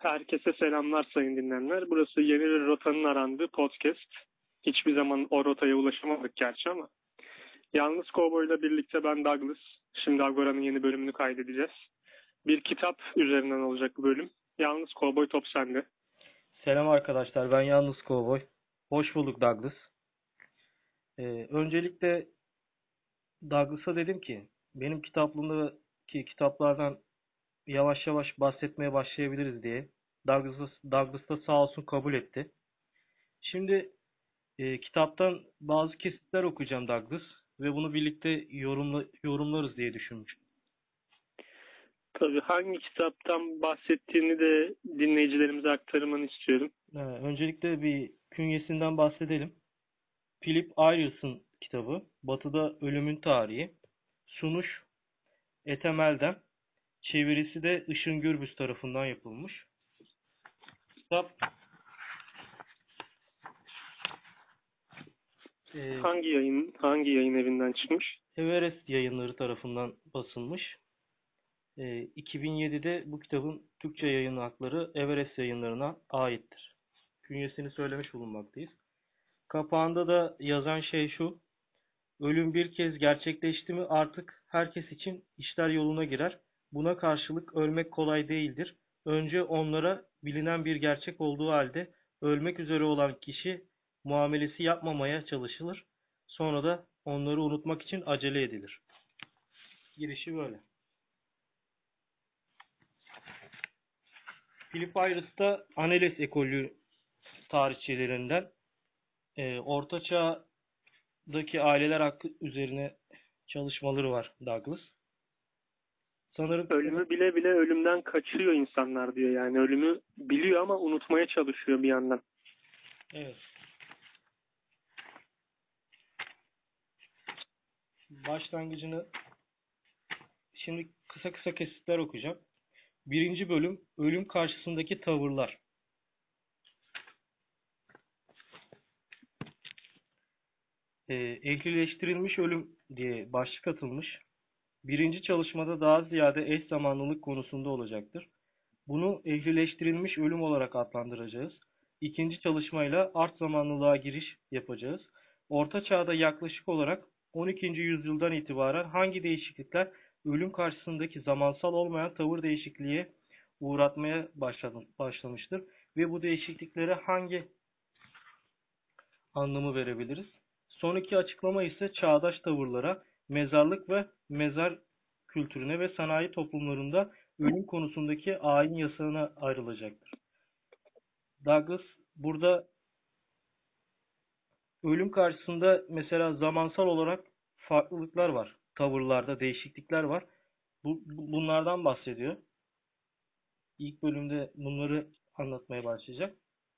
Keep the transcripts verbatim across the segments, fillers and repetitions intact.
Herkese selamlar sayın dinleyenler. Burası yeni bir rotanın arandığı podcast. Hiçbir zaman o rotaya ulaşamadık gerçi ama. Yalnız Kovboy'la birlikte ben Douglas. Şimdi Agora'nın yeni bölümünü kaydedeceğiz. Bir kitap üzerinden olacak bu bölüm. Yalnız Kovboy, top sende. Selam arkadaşlar, ben Yalnız Kovboy. Hoş bulduk Douglas. Ee, öncelikle Douglas'a dedim ki, benim kitaplığımdaki kitaplardan yavaş yavaş bahsetmeye başlayabiliriz diye. Douglas, Douglas da sağ olsun kabul etti. Şimdi e, kitaptan bazı kesitler okuyacağım Douglas ve bunu birlikte yorumla, yorumlarız diye düşünmüştüm. Tabii hangi kitaptan bahsettiğini de dinleyicilerimize aktarmanı istiyorum. Ee, öncelikle bir künyesinden bahsedelim. Philip Ayres'ın kitabı, Batı'da Ölümün Tarihi. Sunuş Etemel'den. Çevirisi de Işın Gürbüz tarafından yapılmış. Kitap e, Hangi yayın hangi yayın evinden çıkmış? Everest Yayınları tarafından basılmış. E, iki bin yedide bu kitabın Türkçe yayın hakları Everest Yayınları'na aittir. Künyesini söylemiş bulunmaktayız. Kapağında da yazan şey şu: ölüm bir kez gerçekleşti mi artık herkes için işler yoluna girer. Buna karşılık ölmek kolay değildir. Önce onlara bilinen bir gerçek olduğu halde ölmek üzere olan kişi muamelesi yapmamaya çalışılır. Sonra da onları unutmak için acele edilir. Girişi böyle. Philip Iris da Anales ekolü tarihçilerinden. E, Orta Çağ'daki aileler hakkı üzerine çalışmaları var Douglas. Sanırım Ölümü bile bile ölümden kaçıyor insanlar diyor. Yani ölümü biliyor ama unutmaya çalışıyor bir yandan. evet. Başlangıcını şimdi kısa kısa kesitler okuyacağım. Birinci bölüm: ölüm karşısındaki tavırlar. Ee, ehlileştirilmiş ölüm diye başlık atılmış. Birinci çalışmada daha ziyade eş zamanlılık konusunda olacaktır. Bunu ehlileştirilmiş ölüm olarak adlandıracağız. İkinci çalışmayla art zamanlılığa giriş yapacağız. Orta Çağ'da yaklaşık olarak on ikinci yüzyıldan itibaren hangi değişiklikler ölüm karşısındaki zamansal olmayan tavır değişikliğe uğratmaya başlamıştır ve bu değişikliklere hangi anlamı verebiliriz? Son iki açıklama ise çağdaş tavırlara, mezarlık ve mezar kültürüne ve sanayi toplumlarında ölüm konusundaki ayin yasağına ayrılacaktır. Douglas burada ölüm karşısında mesela zamansal olarak farklılıklar var. Tavırlarda değişiklikler var. Bu, bunlardan bahsediyor. İlk bölümde bunları anlatmaya başlayacak.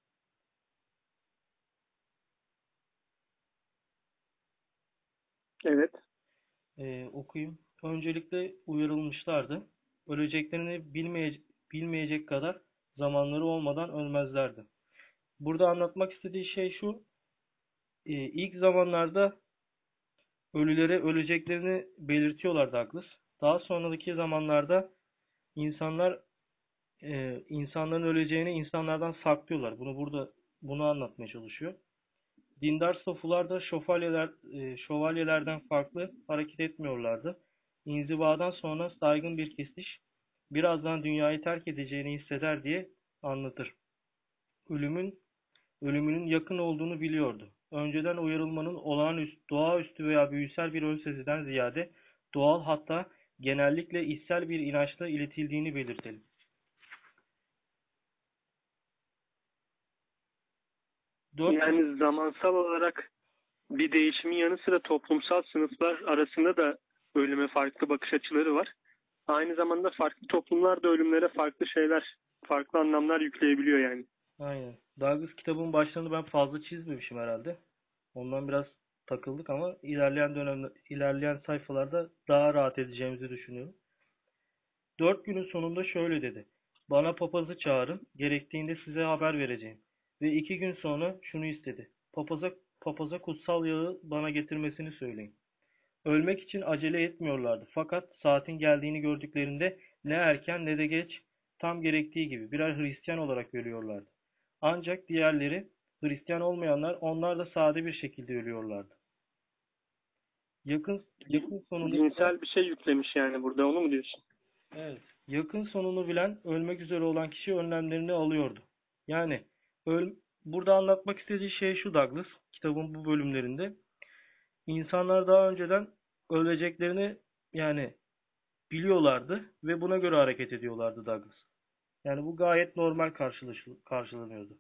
Evet. Ee, okuyayım. Öncelikle uyarılmışlardı. Öleceklerini bilmeye, bilmeyecek kadar zamanları olmadan ölmezlerdi. Burada anlatmak istediği şey şu: e, ilk zamanlarda ölülere öleceklerini belirtiyorlar Douglas. Daha sonraki zamanlarda insanlar e, insanların öleceğini insanlardan saklıyorlar. Bunu burada bunu anlatmaya çalışıyor. Dindar sofular da şövalyeler, e, şövalyelerden farklı hareket etmiyorlardı. İnzivadan sonra saygın bir kesiş birazdan dünyayı terk edeceğini hisseder diye anlatır. Ölümün ölümünün yakın olduğunu biliyordu. Önceden uyarılmanın olağanüstü, doğaüstü veya büyüsel bir önseziden ziyade doğal, hatta genellikle içsel bir inançla iletildiğini belirtelim. Dört, Yani zamansal olarak bir değişimin yanı sıra toplumsal sınıflar arasında da ölüme farklı bakış açıları var. Aynı zamanda farklı toplumlar da ölümlere farklı şeyler, farklı anlamlar yükleyebiliyor yani. aynen. Douglas kitabın başlarını ben fazla çizmemişim herhalde. Ondan biraz takıldık ama ilerleyen dönemde, ilerleyen sayfalarda daha rahat edeceğimizi düşünüyorum. Dört günün sonunda şöyle dedi: bana papazı çağırın, gerektiğinde size haber vereceğim. Ve iki gün sonra şunu istedi: papaza, papaza kutsal yağı bana getirmesini söyleyin. Ölmek için acele etmiyorlardı. Fakat saatin geldiğini gördüklerinde ne erken ne de geç tam gerektiği gibi birer Hristiyan olarak ölüyorlardı. Ancak diğerleri, Hristiyan olmayanlar, onlar da sade bir şekilde ölüyorlardı. Yakın yakın sonunu Dinsel bir şey yüklemiş yani burada, onu mu diyorsun? Evet. Yakın sonunu bilen, ölmek üzere olan kişi önlemlerini alıyordu. Yani öl burada anlatmak istediği şey şu Douglas, kitabın bu bölümlerinde. İnsanlar daha önceden öleceklerini yani biliyorlardı ve buna göre hareket ediyorlardı Douglas. Yani bu gayet normal karşılaşı- karşılanıyordu.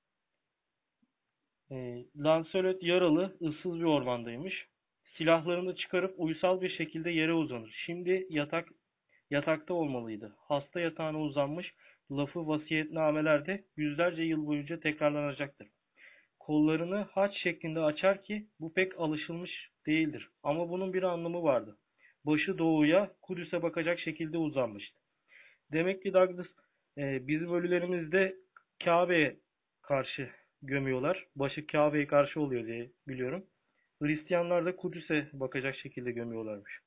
E, Lancelot yaralı, ıssız bir ormandaymış. Silahlarını çıkarıp uysal bir şekilde yere uzanır. Şimdi yatak yatakta olmalıydı. Hasta yatağına uzanmış, lafı vasiyetnamelerde yüzlerce yıl boyunca tekrarlanacaktır. Kollarını haç şeklinde açar ki bu pek alışılmış değildir. Ama bunun bir anlamı vardı. Başı doğuya, Kudüs'e bakacak şekilde uzanmıştı. Demek ki Douglas, e, bizim ölülerimizde Kabe'ye karşı gömüyorlar. Başı Kabe'ye karşı oluyor diye biliyorum. Hristiyanlar da Kudüs'e bakacak şekilde gömüyorlarmış.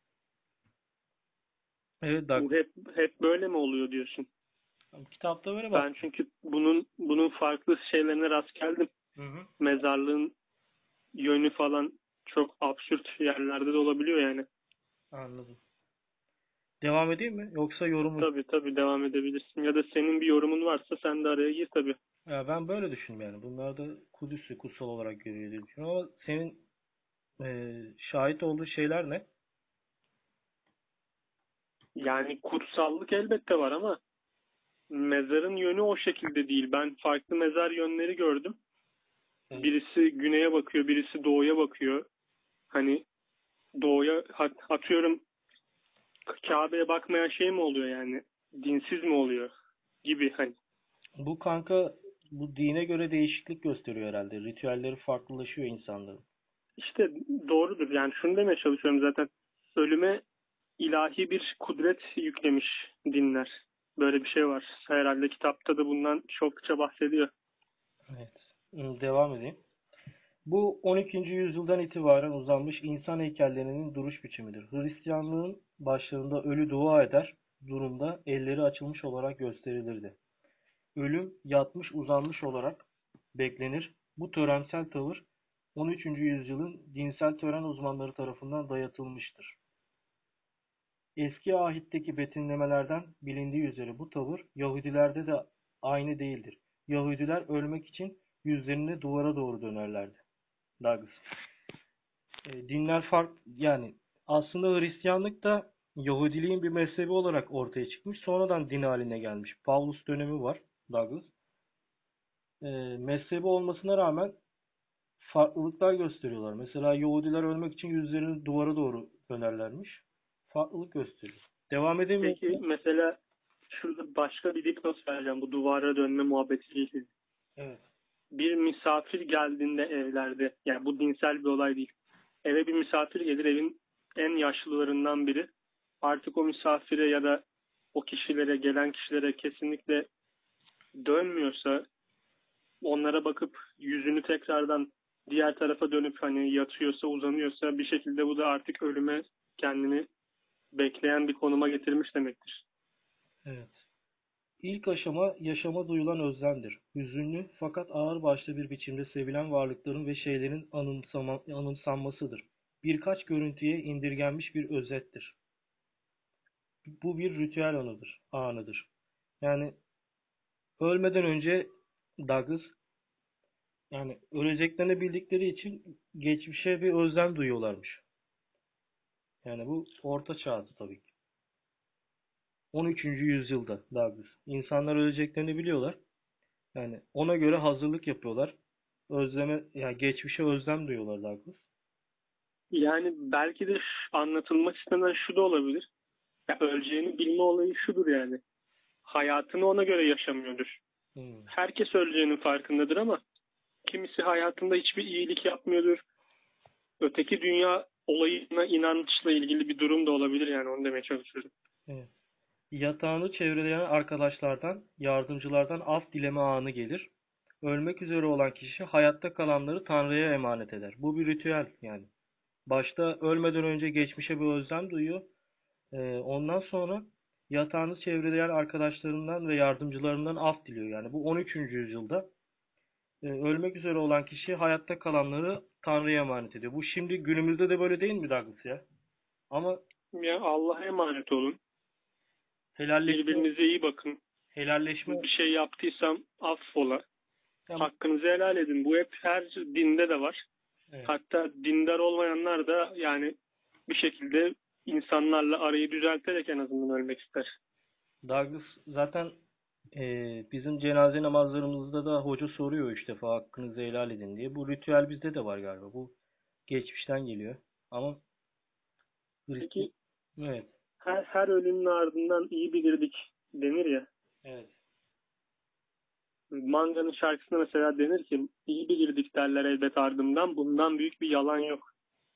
Evet Douglas. Bu hep hep böyle mi oluyor diyorsun? Kitapta böyle bak. Ben çünkü bunun bunun farklı şeylerine rast geldim. Hı hı. Mezarlığın yönü falan çok absürt yerlerde de olabiliyor yani. Anladım. Devam edeyim mi? Yoksa yorumu... Tabii tabii, devam edebilirsin. Ya da senin bir yorumun varsa sen de araya gir tabii. Ya ben böyle düşünüyorum yani. Bunlar da Kudüs'ü kutsal olarak görüyor diye düşünüyorum. Ama senin e, şahit olduğu şeyler ne? Yani kutsallık elbette var ama mezarın yönü o şekilde değil. Ben farklı mezar yönleri gördüm. Evet. Birisi güneye bakıyor, birisi doğuya bakıyor. Hani doğuya hat- atıyorum, Kabe'ye bakmayan şey mi oluyor yani? Dinsiz mi oluyor? Gibi hani. Bu kanka bu dine göre değişiklik gösteriyor herhalde. Ritüelleri farklılaşıyor insanların. İşte doğrudur. Yani şunu demeye çalışıyorum zaten. Ölüme ilahi bir kudret yüklemiş dinler. Böyle bir şey var. Herhalde kitapta da bundan çokça bahsediyor. Evet. Hı, devam edeyim. Bu on ikinci yüzyıldan itibaren uzanmış insan heykellerinin duruş biçimidir. Hristiyanlığın başlarında ölü dua eder durumda elleri açılmış olarak gösterilirdi. Ölüm yatmış uzanmış olarak beklenir. Bu törensel tavır on üçüncü yüzyılın dinsel tören uzmanları tarafından dayatılmıştır. Eski ahitteki betimlemelerden bilindiği üzere bu tavır Yahudilerde de aynı değildir. Yahudiler ölmek için yüzlerini duvara doğru dönerlerdi. Douglas. E, dinler fark yani aslında Hristiyanlık da Yahudiliğin bir mezhebi olarak ortaya çıkmış. Sonradan din haline gelmiş. Pavlus dönemi var Douglas. E, mezhebi olmasına rağmen farklılıklar gösteriyorlar. Mesela Yahudiler ölmek için yüzlerini duvara doğru dönerlermiş. Farklılık gösteriyor. Devam edeyim mi? Peki mesela şurada başka bir dipnot vereceğim bu duvara dönme muhabbetiyle ilgili. Evet. Bir misafir geldiğinde evlerde, yani bu dinsel bir olay değil. Eve bir misafir gelir, evin en yaşlılarından biri. Artık o misafire ya da o kişilere, gelen kişilere kesinlikle dönmüyorsa, onlara bakıp yüzünü tekrardan diğer tarafa dönüp hani yatıyorsa, uzanıyorsa, bir şekilde bu da artık ölüme kendini bekleyen bir konuma getirmiş demektir. Evet. İlk aşama yaşama duyulan özlemdir. Hüzünlü fakat ağırbaşlı bir biçimde sevilen varlıkların ve şeylerin anımsama, anımsanmasıdır. Birkaç görüntüye indirgenmiş bir özettir. Bu bir ritüel anıdır, anıdır. Yani ölmeden önce Douglas yani öleceklerini bildikleri için geçmişe bir özlem duyuyorlarmış. Yani bu orta çağda tabii ki. on üçüncü yüzyılda Douglas. İnsanlar öleceklerini biliyorlar. Yani ona göre hazırlık yapıyorlar. Özleme, yani geçmişe özlem duyuyorlar Douglas. Yani belki de ş- anlatılmak istenen şu da olabilir. Ya öleceğini bilme olayı şudur yani. Hayatını ona göre yaşamıyordur. Hmm. Herkes öleceğinin farkındadır ama kimisi hayatında hiçbir iyilik yapmıyordur. Öteki dünya olayına inançla ilgili bir durum da olabilir, yani onu demeye çalışıyorum. Evet. Yatağını çevreleyen arkadaşlardan, yardımcılardan af dileme anı gelir. Ölmek üzere olan kişi hayatta kalanları Tanrı'ya emanet eder. Bu bir ritüel yani. Başta ölmeden önce geçmişe bir özlem duyuyor. Ee, ondan sonra yatağını çevreleyen arkadaşlarından ve yardımcılarından af diliyor. Yani bu on üçüncü yüzyılda e, ölmek üzere olan kişi hayatta kalanları Tanrı'ya emanet ediyor. Bu şimdi günümüzde de böyle değil mi Douglas ya? Ama Ya Allah'a emanet olun. helalleşme Birbirinize iyi bakın. helalleşme Bir şey yaptıysam affola. yani, Hakkınızı helal edin. Bu hep her dinde de var. evet. Hatta dindar olmayanlar da yani bir şekilde insanlarla arayı düzelterek en azından ölmek ister. Douglas zaten e, bizim cenaze namazlarımızda da hoca soruyor üç defa hakkınızı helal edin diye. Bu ritüel bizde de var galiba. Bu geçmişten geliyor. Ama Hristi- Peki evet, her, her ölümün ardından iyi bilirdik denir ya. evet, Manga'nın şarkısında mesela denir ki iyi bilirdik derler elbet ardımdan. Bundan büyük bir yalan yok.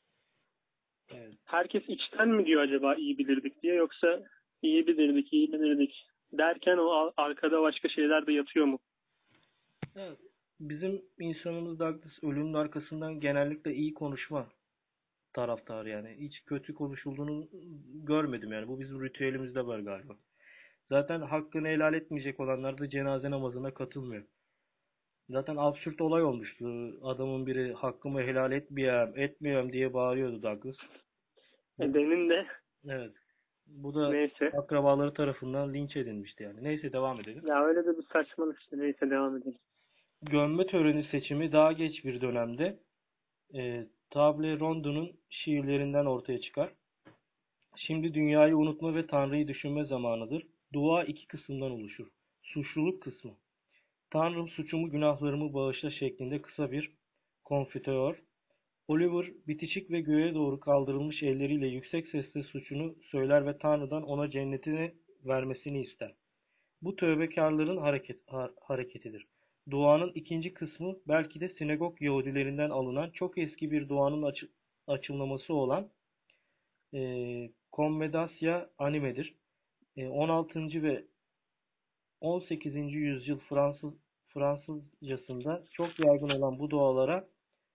evet. Herkes içten mi diyor acaba iyi bilirdik diye, yoksa iyi bilirdik, iyi bilirdik derken o arkada başka şeyler de yatıyor mu? Evet. Bizim insanımız Douglas ölümün arkasından genellikle iyi konuşma taraftarı yani. Hiç kötü konuşulduğunu görmedim yani. Bu bizim ritüelimizde var galiba. Zaten hakkını helal etmeyecek olanlar da cenaze namazına katılmıyor. Zaten absürt olay olmuştu. Adamın biri hakkımı helal etmeyeyim, etmiyorum diye bağırıyordu Douglas. E, Bu, demin de evet. Bu da neyse. akrabaları tarafından linç edilmişti yani. Neyse devam edelim. Ya öyle de bir saçmalık işte. Neyse devam edelim. Gömme töreni seçimi daha geç bir dönemde e, Table Rondo'nun şiirlerinden ortaya çıkar. Şimdi dünyayı unutma ve Tanrı'yı düşünme zamanıdır. Dua iki kısımdan oluşur. Suçluluk kısmı. Tanrım suçumu günahlarımı bağışla şeklinde kısa bir konfitör. Oliver bitişik ve göğe doğru kaldırılmış elleriyle yüksek sesle suçunu söyler ve Tanrı'dan ona cennetini vermesini ister. Bu tövbekarların hareket, ha- hareketidir. Duanın ikinci kısmı belki de sinagog Yahudilerinden alınan çok eski bir duanın açı- açımlaması olan e, Commendatio Anime'dir. E, on altıncı ve on sekizinci yüzyıl Fransız Fransızcasında çok yaygın olan bu dualara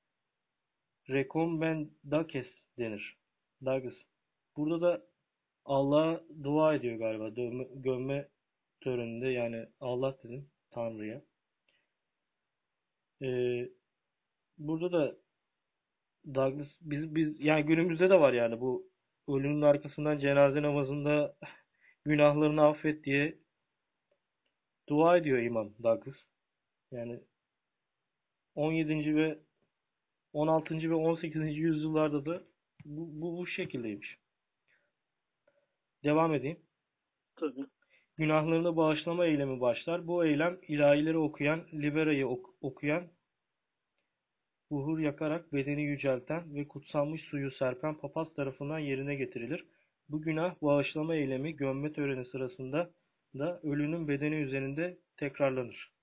Recommendaces denir. Douglas. Burada da Allah'a dua ediyor galiba. Dövme, gömme töreninde yani Allah dedim Tanrı'ya. Ee, burada da Douglas biz biz yani günümüzde de var yani bu ölümün arkasından cenaze namazında günahlarını affet diye dua ediyor imam Douglas. Yani on yedinci ve on altıncı ve on sekizinci yüzyıllarda da bu, bu, bu şekildeymiş. Devam edeyim. Tabii. Günahlarını bağışlama eylemi başlar. Bu eylem ilahileri okuyan, liberayı ok- okuyan, buhur yakarak bedeni yücelten ve kutsanmış suyu serpen papaz tarafından yerine getirilir. Bu günah bağışlama eylemi gömme töreni sırasında da ölünün bedeni üzerinde tekrarlanır.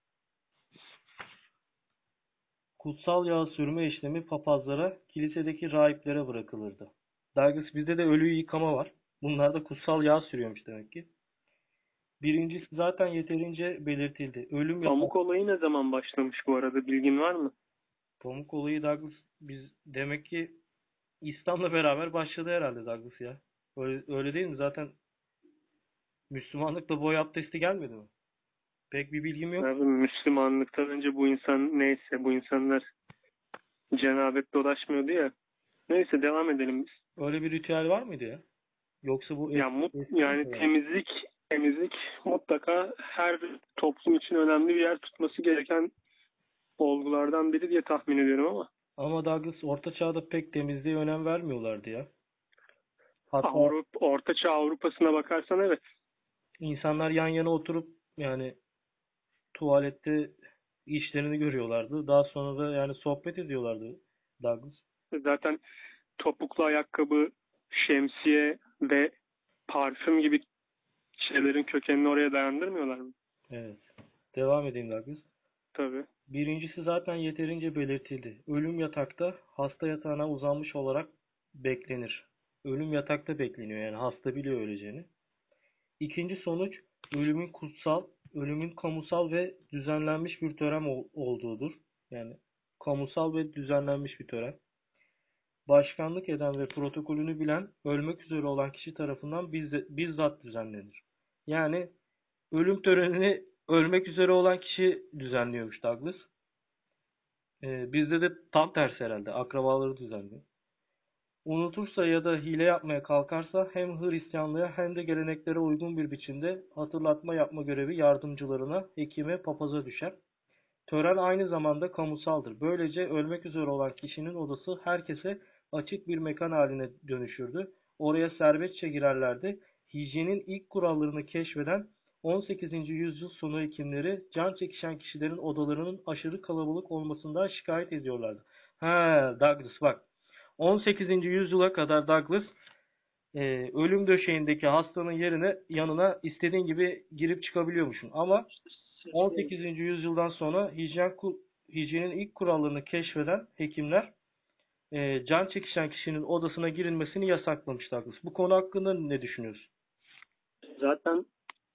Kutsal yağ sürme işlemi papazlara, kilisedeki rahiplere bırakılırdı. Douglas bizde de ölüyü yıkama var. Bunlar da kutsal yağ sürüyormuş demek ki. Birincisi zaten yeterince belirtildi. Ölüm yapan Pamuk olayı ne zaman başlamış bu arada, bilgin var mı? pamuk olayı Douglas biz demek ki İslam'la beraber başladı herhalde Douglas ya. Öyle, öyle değil mi? Zaten Müslümanlıkla boy abdesti gelmedi mi? Pek bir bilgim yok. Abi, Müslümanlıktan önce bu insan neyse, bu insanlar cenabet dolaşmıyordu ya. Neyse devam edelim biz. Öyle bir ritüel var mıydı ya? Yoksa bu Ya eski, mut, eski mi yani yani? temizlik temizlik mutlaka her toplum için önemli bir yer tutması gereken olgulardan biri diye tahmin ediyorum ama Ama Douglas Orta Çağ'da pek temizliğe önem vermiyorlardı ya. Hatta Avrupa, Orta Çağ Avrupa'sına bakarsan evet. insanlar yan yana oturup yani tuvalette işlerini görüyorlardı. Daha sonra da yani sohbet ediyorlardı Douglas. Zaten topuklu ayakkabı, şemsiye ve parfüm gibi şeylerin kökenini oraya dayandırmıyorlar mı? Evet. Devam edeyim Douglas. Tabii. Birincisi zaten yeterince belirtildi. Ölüm yatakta hasta yatağına uzanmış olarak beklenir. Ölüm yatakta bekleniyor yani hasta biliyor öleceğini. İkinci sonuç ölümün kutsal, ölümün kamusal ve düzenlenmiş bir tören ol- olduğudur. Yani kamusal ve düzenlenmiş bir tören. başkanlık eden ve protokolünü bilen ölmek üzere olan kişi tarafından bizze- bizzat düzenlenir. Yani ölüm törenini ölmek üzere olan kişi düzenliyormuş Douglas. Ee, bizde de tam tersi herhalde. Akrabaları düzenliyor. Unutursa ya da hile yapmaya kalkarsa hem Hristiyanlığa hem de geleneklere uygun bir biçimde hatırlatma yapma görevi yardımcılarına, hekime, papaza düşer. Tören aynı zamanda kamusaldır. Böylece ölmek üzere olan kişinin odası herkese açık bir mekan haline dönüşürdü. Oraya serbestçe girerlerdi. Hijyenin ilk kurallarını keşfeden on sekizinci yüzyıl sonu hekimleri can çekişen kişilerin odalarının aşırı kalabalık olmasından şikayet ediyorlardı. Ha, Douglas bak. on sekizinci yüzyıla kadar Douglas e, ölüm döşeğindeki hastanın yerine yanına istediğin gibi girip çıkabiliyormuşsun. Ama on sekizinci yüzyıldan sonra hijyen hijyenin ilk kurallarını keşfeden hekimler e, can çekişen kişinin odasına girilmesini yasaklamış Douglas. Bu konu hakkında ne düşünüyorsun? Zaten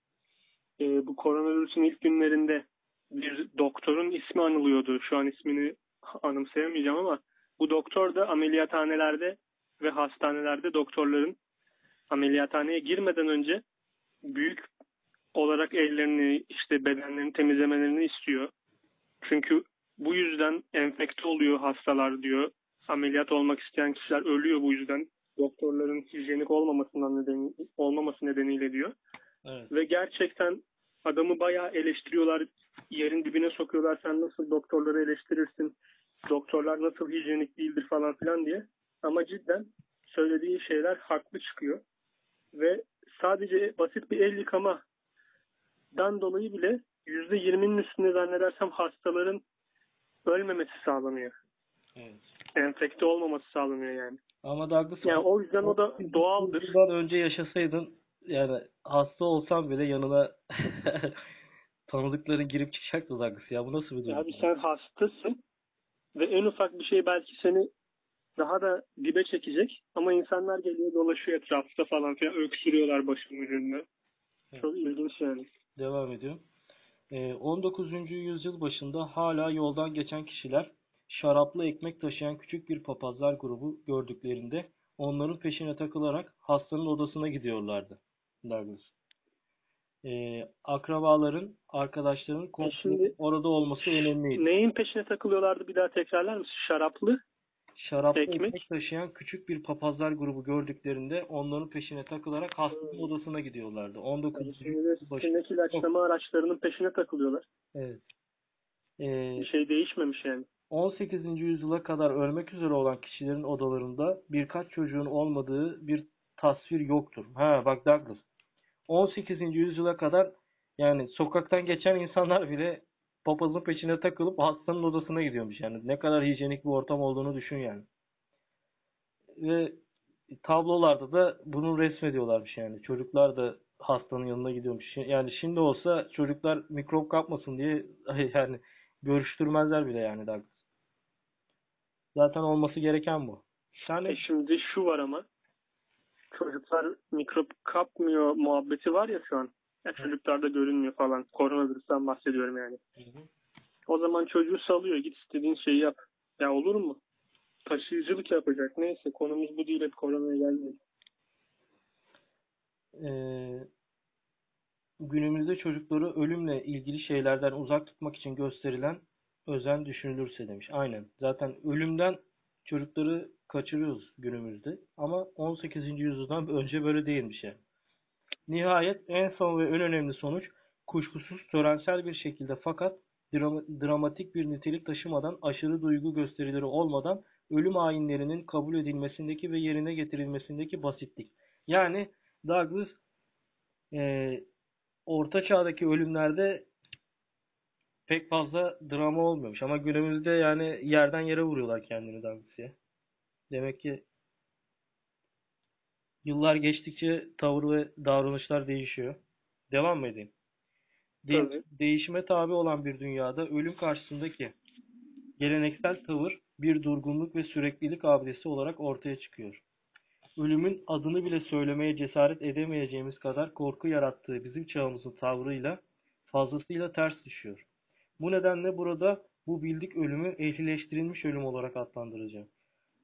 e, bu koronavirüsün ilk günlerinde bir doktorun ismi anılıyordu. Şu an ismini anımsayamayacağım ama bu doktor da ameliyathanelerde ve hastanelerde doktorların ameliyathaneye girmeden önce büyük olarak ellerini, işte bedenlerini temizlemelerini istiyor. Çünkü bu yüzden enfekte oluyor hastalar diyor. Ameliyat olmak isteyen kişiler ölüyor bu yüzden. Doktorların hijyenik olmamasından nedeni, olmaması nedeniyle diyor. Evet. Ve gerçekten adamı bayağı eleştiriyorlar. Yerin dibine sokuyorlar. Sen nasıl doktorları eleştirirsin? Doktorlar nasıl hijyenik değildir falan filan diye. Ama cidden söylediği şeyler haklı çıkıyor. Ve sadece basit bir el yıkamadan dolayı bile yüzde yirminin üstünde zannedersem hastaların ölmemesi sağlanıyor. Evet. Enfekte olmaması sağlanıyor yani. Ama Douglas Yani o yüzden o da doğaldır. Yıldan önce yaşasaydın yani hasta olsan bile yanına tanıdıkların girip çıkacaktı Douglas ya. Bu nasıl bir durum? Abi sen hastasın ve en ufak bir şey belki seni daha da dibe çekecek. Ama insanlar geliyor dolaşıyor etrafta falan filan öksürüyorlar başımın ucunda. Evet. Çok ilginç yani. Devam ediyorum. Ee, on dokuzuncu yüzyıl başında hala yoldan geçen kişiler şaraplı ekmek taşıyan küçük bir papazlar grubu gördüklerinde onların peşine takılarak hastanın odasına gidiyorlardı Douglas. Ee, akrabaların, arkadaşların, E komşuların şimdi orada olması önemliydi. neyin peşine takılıyorlardı bir daha tekrarlar mısın? Şaraplı Şaraplı ekmek. ekmek taşıyan küçük bir papazlar grubu gördüklerinde onların peşine takılarak hastanın odasına gidiyorlardı. Yani on dokuzuncu şimdi de yüzyıl başı. sinek ilaçlama araçlarının peşine takılıyorlar. Evet. Ee, Bir şey değişmemiş yani. on sekizinci yüzyıla kadar ölmek üzere olan kişilerin odalarında birkaç çocuğun olmadığı bir tasvir yoktur. Ha bak Douglas. on sekizinci yüzyıla kadar yani sokaktan geçen insanlar bile papazın peşine takılıp hastanın odasına gidiyormuş yani. Ne kadar hijyenik bir ortam olduğunu düşün yani. Ve tablolarda da bunu resmediyorlarmış yani. Çocuklar da hastanın yanına gidiyormuş. Yani şimdi olsa çocuklar mikrop kapmasın diye yani görüştürmezler bile yani Douglas. Zaten olması gereken bu. E Yani şimdi şu var ama çocuklar mikrop kapmıyor muhabbeti var ya şu an. Ya çocuklarda görünmüyor falan. Koronavirüsten bahsediyorum yani. Hı hı. O zaman çocuğu salıyor. Git istediğin şeyi yap. Ya olur mu? Taşıyıcılık yapacak. Neyse konumuz bu değil. Hep koronaya gelmeyelim. Ee, günümüzde çocukları ölümle ilgili şeylerden uzak tutmak için gösterilen özen düşünülürse demiş. Aynen. Zaten ölümden çocukları kaçırıyoruz günümüzde. Ama on sekizinci yüzyıldan önce böyle değilmiş yani. Nihayet en son ve en önemli sonuç kuşkusuz törensel bir şekilde fakat drama- dramatik bir nitelik taşımadan aşırı duygu gösterileri olmadan ölüm ayinlerinin kabul edilmesindeki ve yerine getirilmesindeki basitlik. Yani Douglas e, Orta Çağ'daki ölümlerde pek fazla drama olmuyormuş ama günümüzde yani yerden yere vuruyorlar kendini Douglas ya. Demek ki yıllar geçtikçe tavır ve davranışlar değişiyor. Devam mı edeyim? De- Tabii. değişime tabi olan bir dünyada ölüm karşısındaki geleneksel tavır bir durgunluk ve süreklilik abidesi olarak ortaya çıkıyor. Ölümün adını bile söylemeye cesaret edemeyeceğimiz kadar korku yarattığı bizim çağımızın tavrıyla fazlasıyla ters düşüyor. Bu nedenle burada bu bildik ölümü ehlileştirilmiş ölüm olarak adlandıracağım.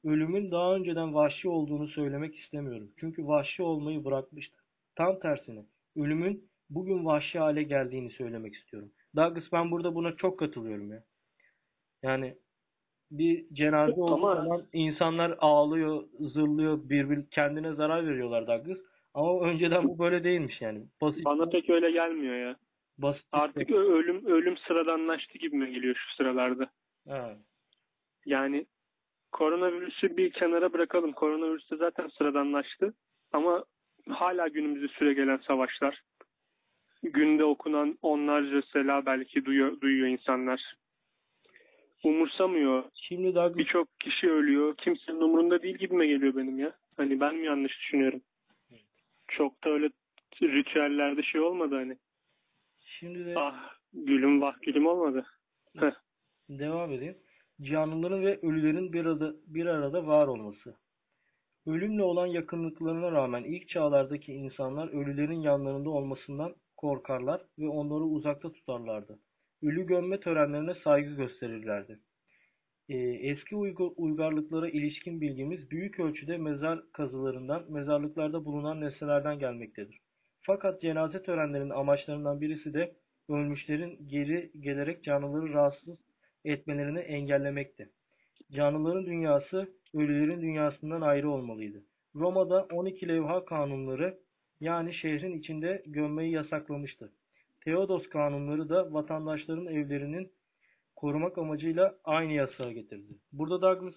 ölümün daha önceden vahşi olduğunu söylemek istemiyorum. Çünkü vahşi olmayı bırakmıştı. Tam tersine ölümün bugün vahşi hale geldiğini söylemek istiyorum. Douglas, ben burada buna çok katılıyorum ya. Yani bir cenaze olduğu Ama zaman insanlar ağlıyor, zırlıyor, birbir kendine zarar veriyorlar Douglas. Ama önceden bu böyle değilmiş yani. Basit bana pek öyle gelmiyor ya. basitlikle. Artık ö- ölüm ölüm sıradanlaştı gibime geliyor şu sıralarda. Ha. Yani koronavirüsü bir kenara bırakalım. Koronavirüs de zaten sıradanlaştı. Ama hala günümüzde süregelen savaşlar, günde okunan onlarca sela belki duyuyor, duyuyor insanlar. Umursamıyor. Şimdi Douglas, Birçok kişi ölüyor. Kimsenin umurunda değil gibime geliyor benim ya. Hani ben mi yanlış düşünüyorum? Çok da öyle ritüellerde şey olmadı hani. şimdi de Ah gülüm vah gülüm olmadı. Heh. devam edeyim. Canlıların ve ölülerin bir arada, bir arada var olması. Ölümle olan yakınlıklarına rağmen ilk çağlardaki insanlar ölülerin yanlarında olmasından korkarlar ve onları uzakta tutarlardı. Ölü gömme törenlerine saygı gösterirlerdi. Ee, eski uygur, uygarlıklara ilişkin bilgimiz büyük ölçüde mezar kazılarından, mezarlıklarda bulunan nesnelerden gelmektedir. Fakat cenaze törenlerinin amaçlarından birisi de ölmüşlerin geri gelerek canlıları rahatsız etmelerini engellemekti. Canlıların dünyası ölülerin dünyasından ayrı olmalıydı. Roma'da on iki levha kanunları, yani şehrin içinde gömmeyi yasaklamıştı. Theodos kanunları da vatandaşların evlerinin korumak amacıyla aynı yasağı getirdi. Burada Douglas,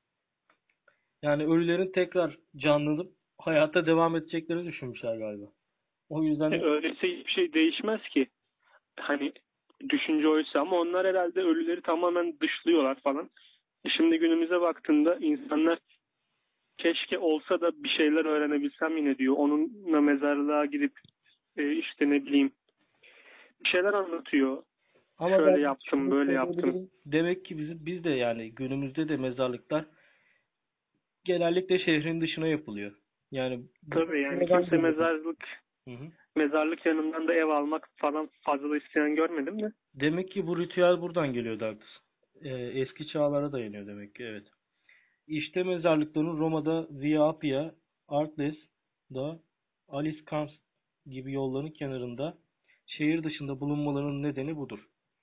yani ölülerin tekrar canlanıp hayata devam edeceklerini düşünmüşler galiba. O yüzden E, de öyleyse hiçbir şey değişmez ki. Hani düşünce oysa ama onlar herhalde ölüleri tamamen dışlıyorlar falan. E, Şimdi günümüze baktığında insanlar keşke olsa da bir şeyler öğrenebilsem yine diyor. Onunla mezarlığa gidip e, işte ne bileyim bir şeyler anlatıyor. ama Şöyle ben yaptım, şunu böyle yaptım. söyleyebilirim. Demek ki biz, biz de yani günümüzde de mezarlıklar genellikle şehrin dışına yapılıyor. Yani bu Tabii yani sonradan kimse geliyor. mezarlık Hı hı. mezarlık yanından da ev almak falan fazla isteyen görmedim de. Demek ki bu ritüel buradan geliyor Douglas. Ee, eski çağlara dayanıyor demek ki, evet. İşte mezarlıkların Roma'da Via Appia, Artes'da, Alice Camps gibi yolların kenarında şehir dışında bulunmalarının nedeni budur.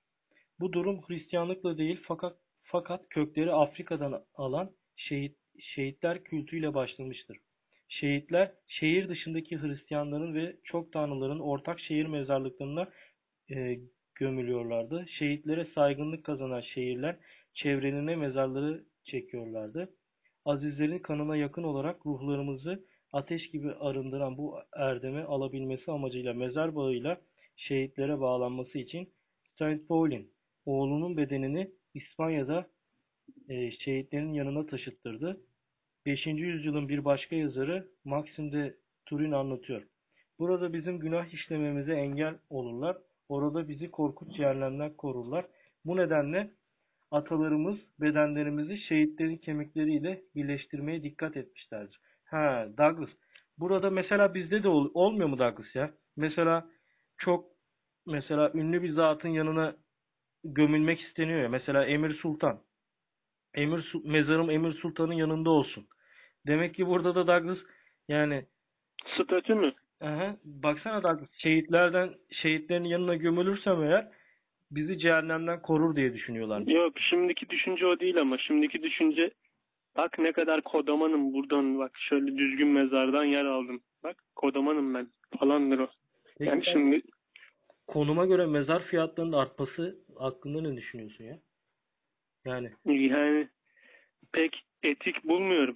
Bu durum Hristiyanlıkla değil fakat fakat kökleri Afrika'dan alan şehit, şehitler kültüyle başlamıştır. Şehitler şehir dışındaki Hristiyanların ve çok tanrıların ortak şehir mezarlıklarına e, gömülüyorlardı. Şehitlere saygınlık kazanan şehirler çevrelerine mezarları çekiyorlardı. Azizlerin kanına yakın olarak ruhlarımızı ateş gibi arındıran bu erdeme alabilmesi amacıyla mezar bağıyla şehitlere bağlanması için Saint Paul'in oğlunun bedenini İspanya'da e, şehitlerin yanına taşıttırdı. beşinci yüzyılın bir başka yazarı Maxim de Turin anlatıyor. Burada bizim günah işlememize engel olurlar. Orada bizi korkunç cehennemden korurlar. Bu nedenle atalarımız bedenlerimizi şehitlerin kemikleriyle birleştirmeye dikkat etmişlerdir. Ha, Douglas. Burada mesela bizde de ol- olmuyor mu Douglas ya? Mesela çok mesela ünlü bir zatın yanına gömülmek isteniyor ya. Mesela Emir Sultan. Emir Su- mezarım Emir Sultan'ın yanında olsun. Demek ki burada da Douglas, yani Statü mü? aha, baksana Douglas, şehitlerden şehitlerin yanına gömülürsem eğer bizi cehennemden korur diye düşünüyorlar. Yok şimdiki düşünce o değil ama şimdiki düşünce bak ne kadar kodamanım buradan bak şöyle düzgün mezardan yer aldım. Bak kodamanım ben falandır o. Peki Yani sen şimdi konuma göre mezar fiyatlarının artması hakkında ne düşünüyorsun ya? Yani yani pek etik bulmuyorum.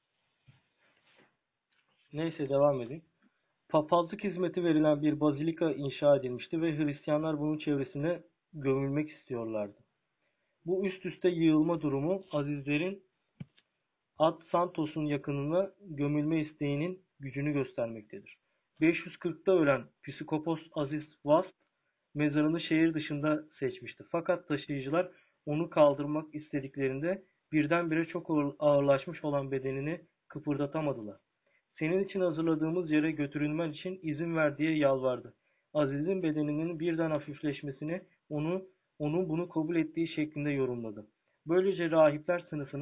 neyse, devam edeyim. Papazlık hizmeti verilen bir bazilika inşa edilmişti ve Hristiyanlar bunun çevresine gömülmek istiyorlardı. Bu üst üste yığılma durumu azizlerin Ad Santos'un yakınına gömülme isteğinin gücünü göstermektedir. beş yüz kırkta ölen Psikopos Aziz Vast mezarını şehir dışında seçmişti. Fakat taşıyıcılar onu kaldırmak istediklerinde birdenbire çok ağırlaşmış olan bedenini kıpırdatamadılar. Senin için hazırladığımız yere götürülmen için izin ver diye yalvardı. Aziz'in bedeninin birden hafifleşmesini onu onun bunu kabul ettiği şeklinde yorumladı. Böylece rahipler sınıfının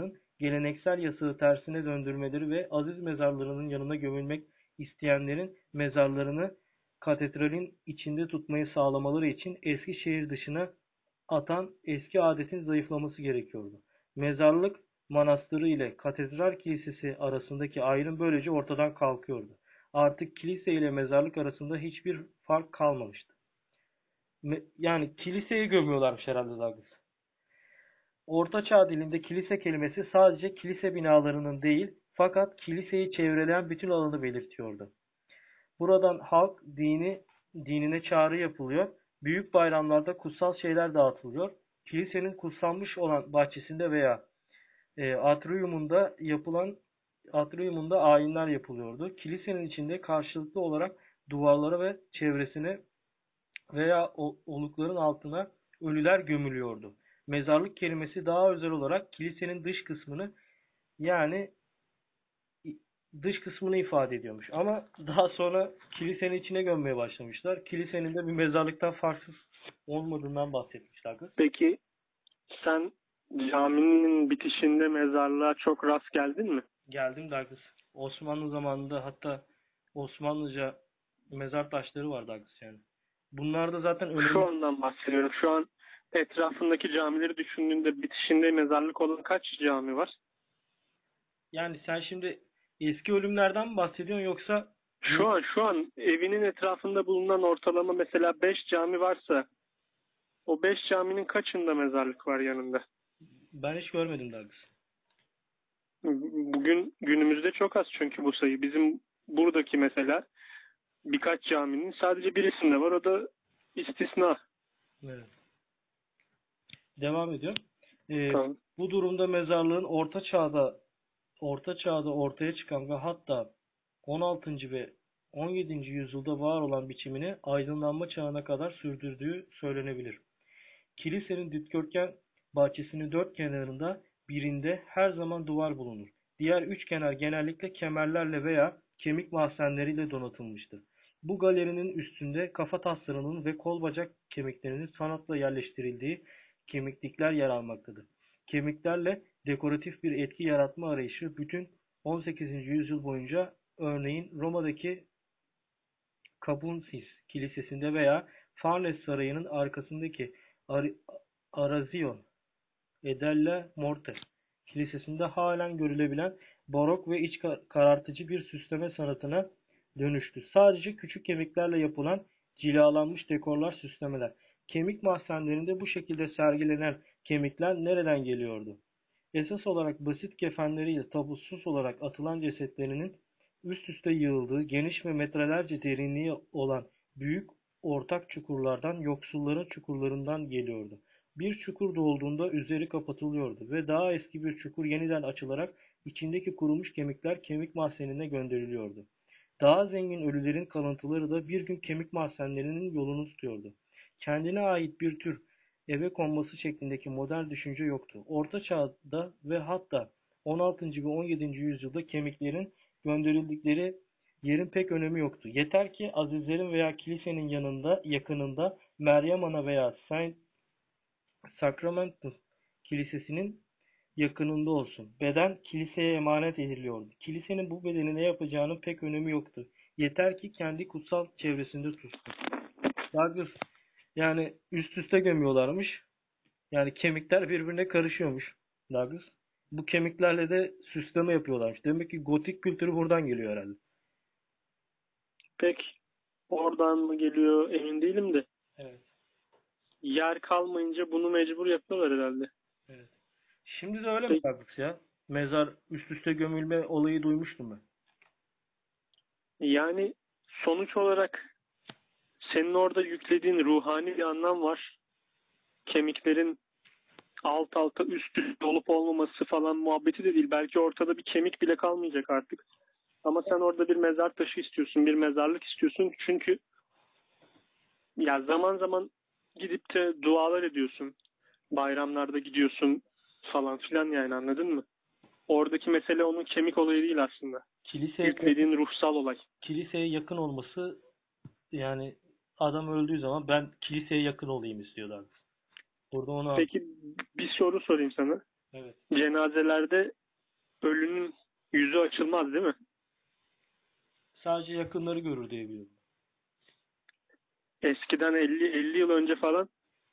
geleneksel yasağı tersine döndürmeleri ve aziz mezarlarının yanına gömülmek isteyenlerin mezarlarını katedralin içinde tutmayı sağlamaları için Eskişehir dışına atan eski adetin zayıflaması gerekiyordu. Mezarlık manastırı ile katedral kilisesi arasındaki ayrım böylece ortadan kalkıyordu. Artık kilise ile mezarlık arasında hiçbir fark kalmamıştı. Yani kiliseye gömüyorlarmış herhalde Douglas. Orta Çağ dilinde kilise kelimesi sadece kilise binalarının değil, fakat kiliseyi çevreleyen bütün alanı belirtiyordu. Buradan halk dini dinine çağrı yapılıyor. Büyük bayramlarda kutsal şeyler dağıtılıyor. Kilisenin kutsanmış olan bahçesinde veya e, atriumunda yapılan atriumunda ayinler yapılıyordu. Kilisenin içinde karşılıklı olarak duvarlara ve çevresine veya olukların altına ölüler gömülüyordu. Mezarlık kelimesi daha özel olarak kilisenin dış kısmını yani dış kısmını ifade ediyormuş. Ama daha sonra kilisenin içine gömmeye başlamışlar. Kilisenin de bir mezarlıktan farksız olmadığından bahsetmişler. Peki sen caminin bitişinde mezarlığa çok rast geldin mi? Geldim Douglas. Osmanlı zamanında hatta Osmanlıca mezar taşları var Douglas yani. Bunlar da zaten önemli. Şu andan bahsediyorum. Şu an etrafındaki camileri düşündüğünde bitişinde mezarlık olan kaç cami var? Yani sen şimdi eski ölümlerden mi bahsediyorsun yoksa? Şu an şu an evinin etrafında bulunan ortalama mesela beş cami varsa o beş caminin kaçında mezarlık var yanında? Ben hiç görmedim Douglas. Bugün günümüzde çok az çünkü bu sayı. Bizim buradaki mesela birkaç caminin sadece birisinde var. O da istisna. Evet. Devam ediyor. Ee, tamam. Bu durumda mezarlığın orta çağda orta çağda ortaya çıkan ve hatta on altıncı ve on yedinci yüzyılda var olan biçimini aydınlanma çağına kadar sürdürdüğü söylenebilir. Kilisenin dikdörtgen bahçesinin dört kenarında birinde her zaman duvar bulunur. Diğer üç kenar genellikle kemerlerle veya kemik mahzenleriyle donatılmıştır. Bu galerinin üstünde kafa taslarının ve kol bacak kemiklerinin sanatla yerleştirildiği kemiklikler yer almaktadır. Kemiklerle dekoratif bir etki yaratma arayışı bütün on sekizinci yüzyıl boyunca örneğin Roma'daki Kabunsis Kilisesi'nde veya Farnes Sarayı'nın arkasındaki Ar Arazion e della Morte Kilisesi'nde halen görülebilen barok ve iç karartıcı bir süsleme sanatına dönüştü. Sadece küçük kemiklerle yapılan cilalanmış dekorlar, süslemeler. Kemik mahzenlerinde bu şekilde sergilenen kemikler nereden geliyordu? Esas olarak basit kefenleriyle tabutsuz olarak atılan cesetlerinin üst üste yığıldığı, geniş ve metrelerce derinliği olan büyük ortak çukurlardan, yoksulların çukurlarından geliyordu. Bir çukur dolduğunda üzeri kapatılıyordu ve daha eski bir çukur yeniden açılarak içindeki kurumuş kemikler kemik mahzenine gönderiliyordu. Daha zengin ölülerin kalıntıları da bir gün kemik mahzenlerinin yolunu tutuyordu. Kendine ait bir tür eve konması şeklindeki modern düşünce yoktu. Orta Çağ'da ve hatta on altıncı ve on yedinci yüzyılda kemiklerin gönderildikleri yerin pek önemi yoktu. Yeter ki azizlerin veya kilisenin yanında, yakınında Meryem Ana veya Saint Sacramentus Kilisesi'nin yakınında olsun. Beden kiliseye emanet ediliyordu. Kilisenin bu bedeni ne yapacağının pek önemi yoktu. Yeter ki kendi kutsal çevresinde tutsun. Douglas, yani üst üste gömüyorlarmış. Yani kemikler birbirine karışıyormuş Douglas. Bu kemiklerle de süsleme yapıyorlarmış. Demek ki gotik kültürü buradan geliyor herhalde. Pek oradan mı geliyor emin değilim de. Evet. Yer kalmayınca bunu mecbur yapıyorlar herhalde. Evet. Şimdi de öyle mi Douglas ya? Mezar üst üste gömülme olayı duymuştum ben. Yani sonuç olarak senin orada yüklediğin ruhani bir anlam var. Kemiklerin alt alta üst üste olup olmaması falan muhabbeti de değil. Belki ortada bir kemik bile kalmayacak artık. Ama sen orada bir mezar taşı istiyorsun, bir mezarlık istiyorsun. Çünkü ya zaman zaman gidip de dualar ediyorsun. Bayramlarda gidiyorsun falan filan, yani anladın mı? Oradaki mesele onun kemik olayı değil aslında. Kiliseye, yüklediğin ruhsal olay. Kiliseye yakın olması, yani adam öldüğü zaman ben kiliseye yakın olayım istiyorlar. Burada onu Peki bir soru sorayım sana. Evet. Cenazelerde ölünün yüzü açılmaz değil mi? Sadece yakınları görür diye biliyorum. Eskiden elli elli yıl önce falan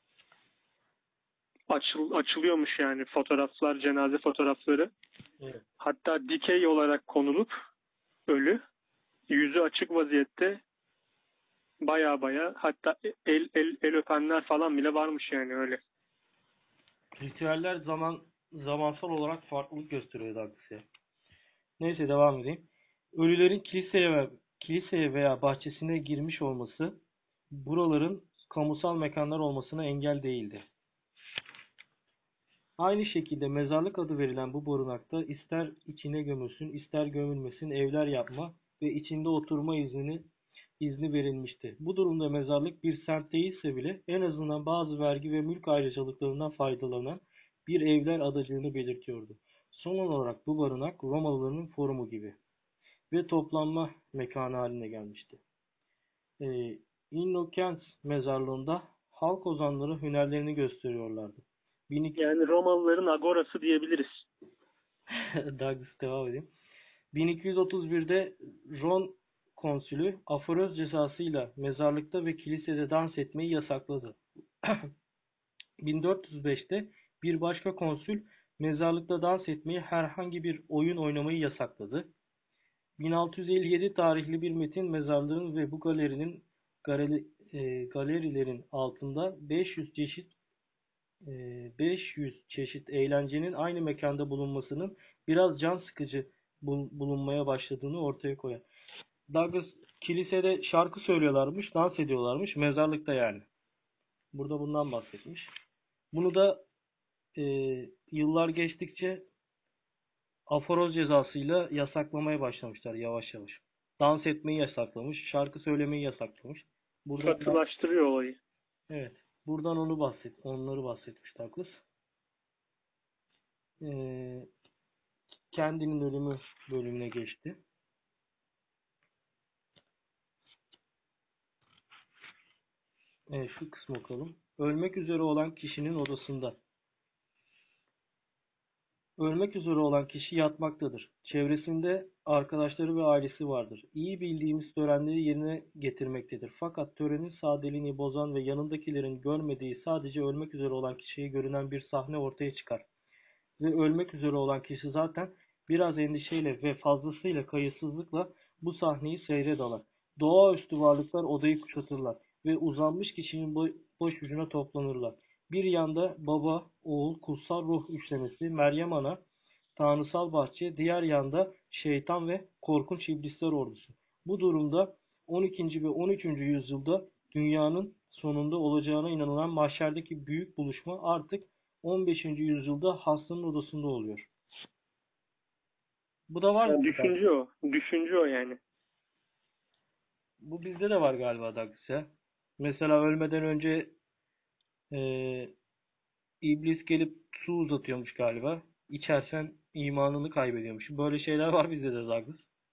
açıl, açılıyormuş yani fotoğraflar, cenaze fotoğrafları. Evet. Hatta dikey olarak konulup ölü yüzü açık vaziyette baya baya, hatta el, el, el öpenler falan bile varmış yani öyle. Ritüeller zaman zamansal olarak farklılık gösteriyor Douglas'ya. Neyse devam edeyim. Ölülerin kiliseye ve kiliseye veya bahçesine girmiş olması buraların kamusal mekanlar olmasına engel değildi. Aynı şekilde mezarlık adı verilen bu barınakta ister içine gömülsün, ister gömülmesin evler yapma ve içinde oturma izni izni verilmişti. Bu durumda mezarlık bir semt değilse bile en azından bazı vergi ve mülk ayrıcalıklarından faydalanan bir evler adacığını belirtiyordu. Son olarak bu barınak Romalıların forumu gibi ve toplanma mekanı haline gelmişti. Ee, Innocens mezarlığında halk ozanları hünerlerini gösteriyorlardı. bin iki yüz Yani Romalıların agorası diyebiliriz. Douglas devam edeyim. bin iki yüz otuz birde Ron konsülü aforoz cezasıyla mezarlıkta ve kilisede dans etmeyi yasakladı. bin dört yüz beşte bir başka konsül mezarlıkta dans etmeyi, herhangi bir oyun oynamayı yasakladı. bin altı yüz elli yedi tarihli bir metin mezarlığın ve bu galerinin galeri, e, galerilerin altında beş yüz çeşit e, beş yüz çeşit eğlencenin aynı mekanda bulunmasının biraz can sıkıcı bulunmaya başladığını ortaya koyar. Douglas kilisede şarkı söylüyorlarmış, dans ediyorlarmış, mezarlıkta yani. Burada bundan bahsetmiş. Bunu da e, yıllar geçtikçe aforoz cezasıyla yasaklamaya başlamışlar yavaş yavaş. Dans etmeyi yasaklamış, şarkı söylemeyi yasaklamış. Buradan Katılaştırıyor olayı. evet, buradan onu bahset, onları bahsetmiş Douglas. Ee, kendinin ölümü bölümüne geçti. Evet, şu kısmı okalım. Ölmek üzere olan kişinin odasında. Ölmek üzere olan kişi yatmaktadır. Çevresinde arkadaşları ve ailesi vardır. İyi bildiğimiz törenleri yerine getirmektedir. Fakat törenin sadeliğini bozan ve yanındakilerin görmediği sadece ölmek üzere olan kişiye görünen bir sahne ortaya çıkar. Ve ölmek üzere olan kişi zaten biraz endişeyle ve fazlasıyla kayıtsızlıkla bu sahneyi seyre dalar. Doğaüstü varlıklar odayı kuşatırlar ve uzanmış kişinin boş ucuna toplanırlar. Bir yanda baba, oğul, kutsal ruh üçlemesi, Meryem Ana, tanrısal bahçe, diğer yanda şeytan ve korkunç iblisler ordusu. Bu durumda on ikinci ve on üçüncü yüzyılda dünyanın sonunda olacağına inanılan mahşerdeki büyük buluşma artık on beşinci yüzyılda hastanın odasında oluyor. Bu da var mı? Yani düşünce o. Düşünce o yani. Bu bizde de var galiba Douglas ya. Mesela ölmeden önce e, iblis gelip su uzatıyormuş galiba. İçersen imanını kaybediyormuş. Böyle şeyler var bizde de Douglas.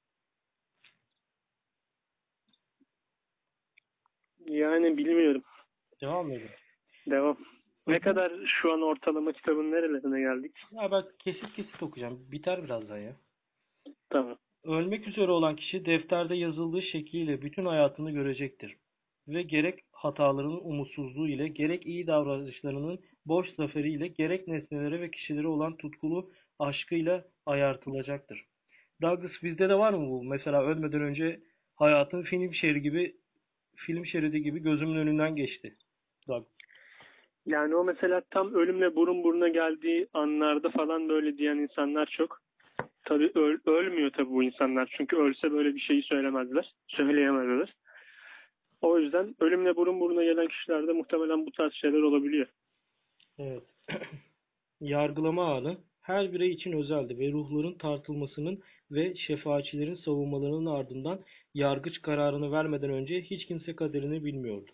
Yani bilmiyorum. Devam edelim. Devam. Ne kadar şu an ortalama kitabın nerelerine geldik? Ya ben kesit kesit okuyacağım. Biter birazdan ya. Tamam. Ölmek üzere olan kişi defterde yazıldığı şekliyle bütün hayatını görecektir. Ve gerek hatalarının umutsuzluğu ile, gerek iyi davranışlarının boş zaferiyle, gerek nesnelere ve kişilere olan tutkulu aşkıyla ayartılacaktır. Douglas bizde de var mı bu? Mesela ölmeden önce hayatın film şeridi gibi film şeridi gibi gözümün önünden geçti. Douglas. Yani o mesela tam ölümle burun buruna geldiği anlarda falan böyle diyen insanlar çok. Tabii öl, ölmüyor tabii bu insanlar. Çünkü ölse böyle bir şeyi söylemezler. Söyleyemezler. O yüzden ölümle burun buruna gelen kişilerde muhtemelen bu tarz şeyler olabiliyor. Evet. Yargılama anı her birey için özeldi ve ruhların tartılmasının ve şefaatçilerin savunmalarının ardından yargıç kararını vermeden önce hiç kimse kaderini bilmiyordu.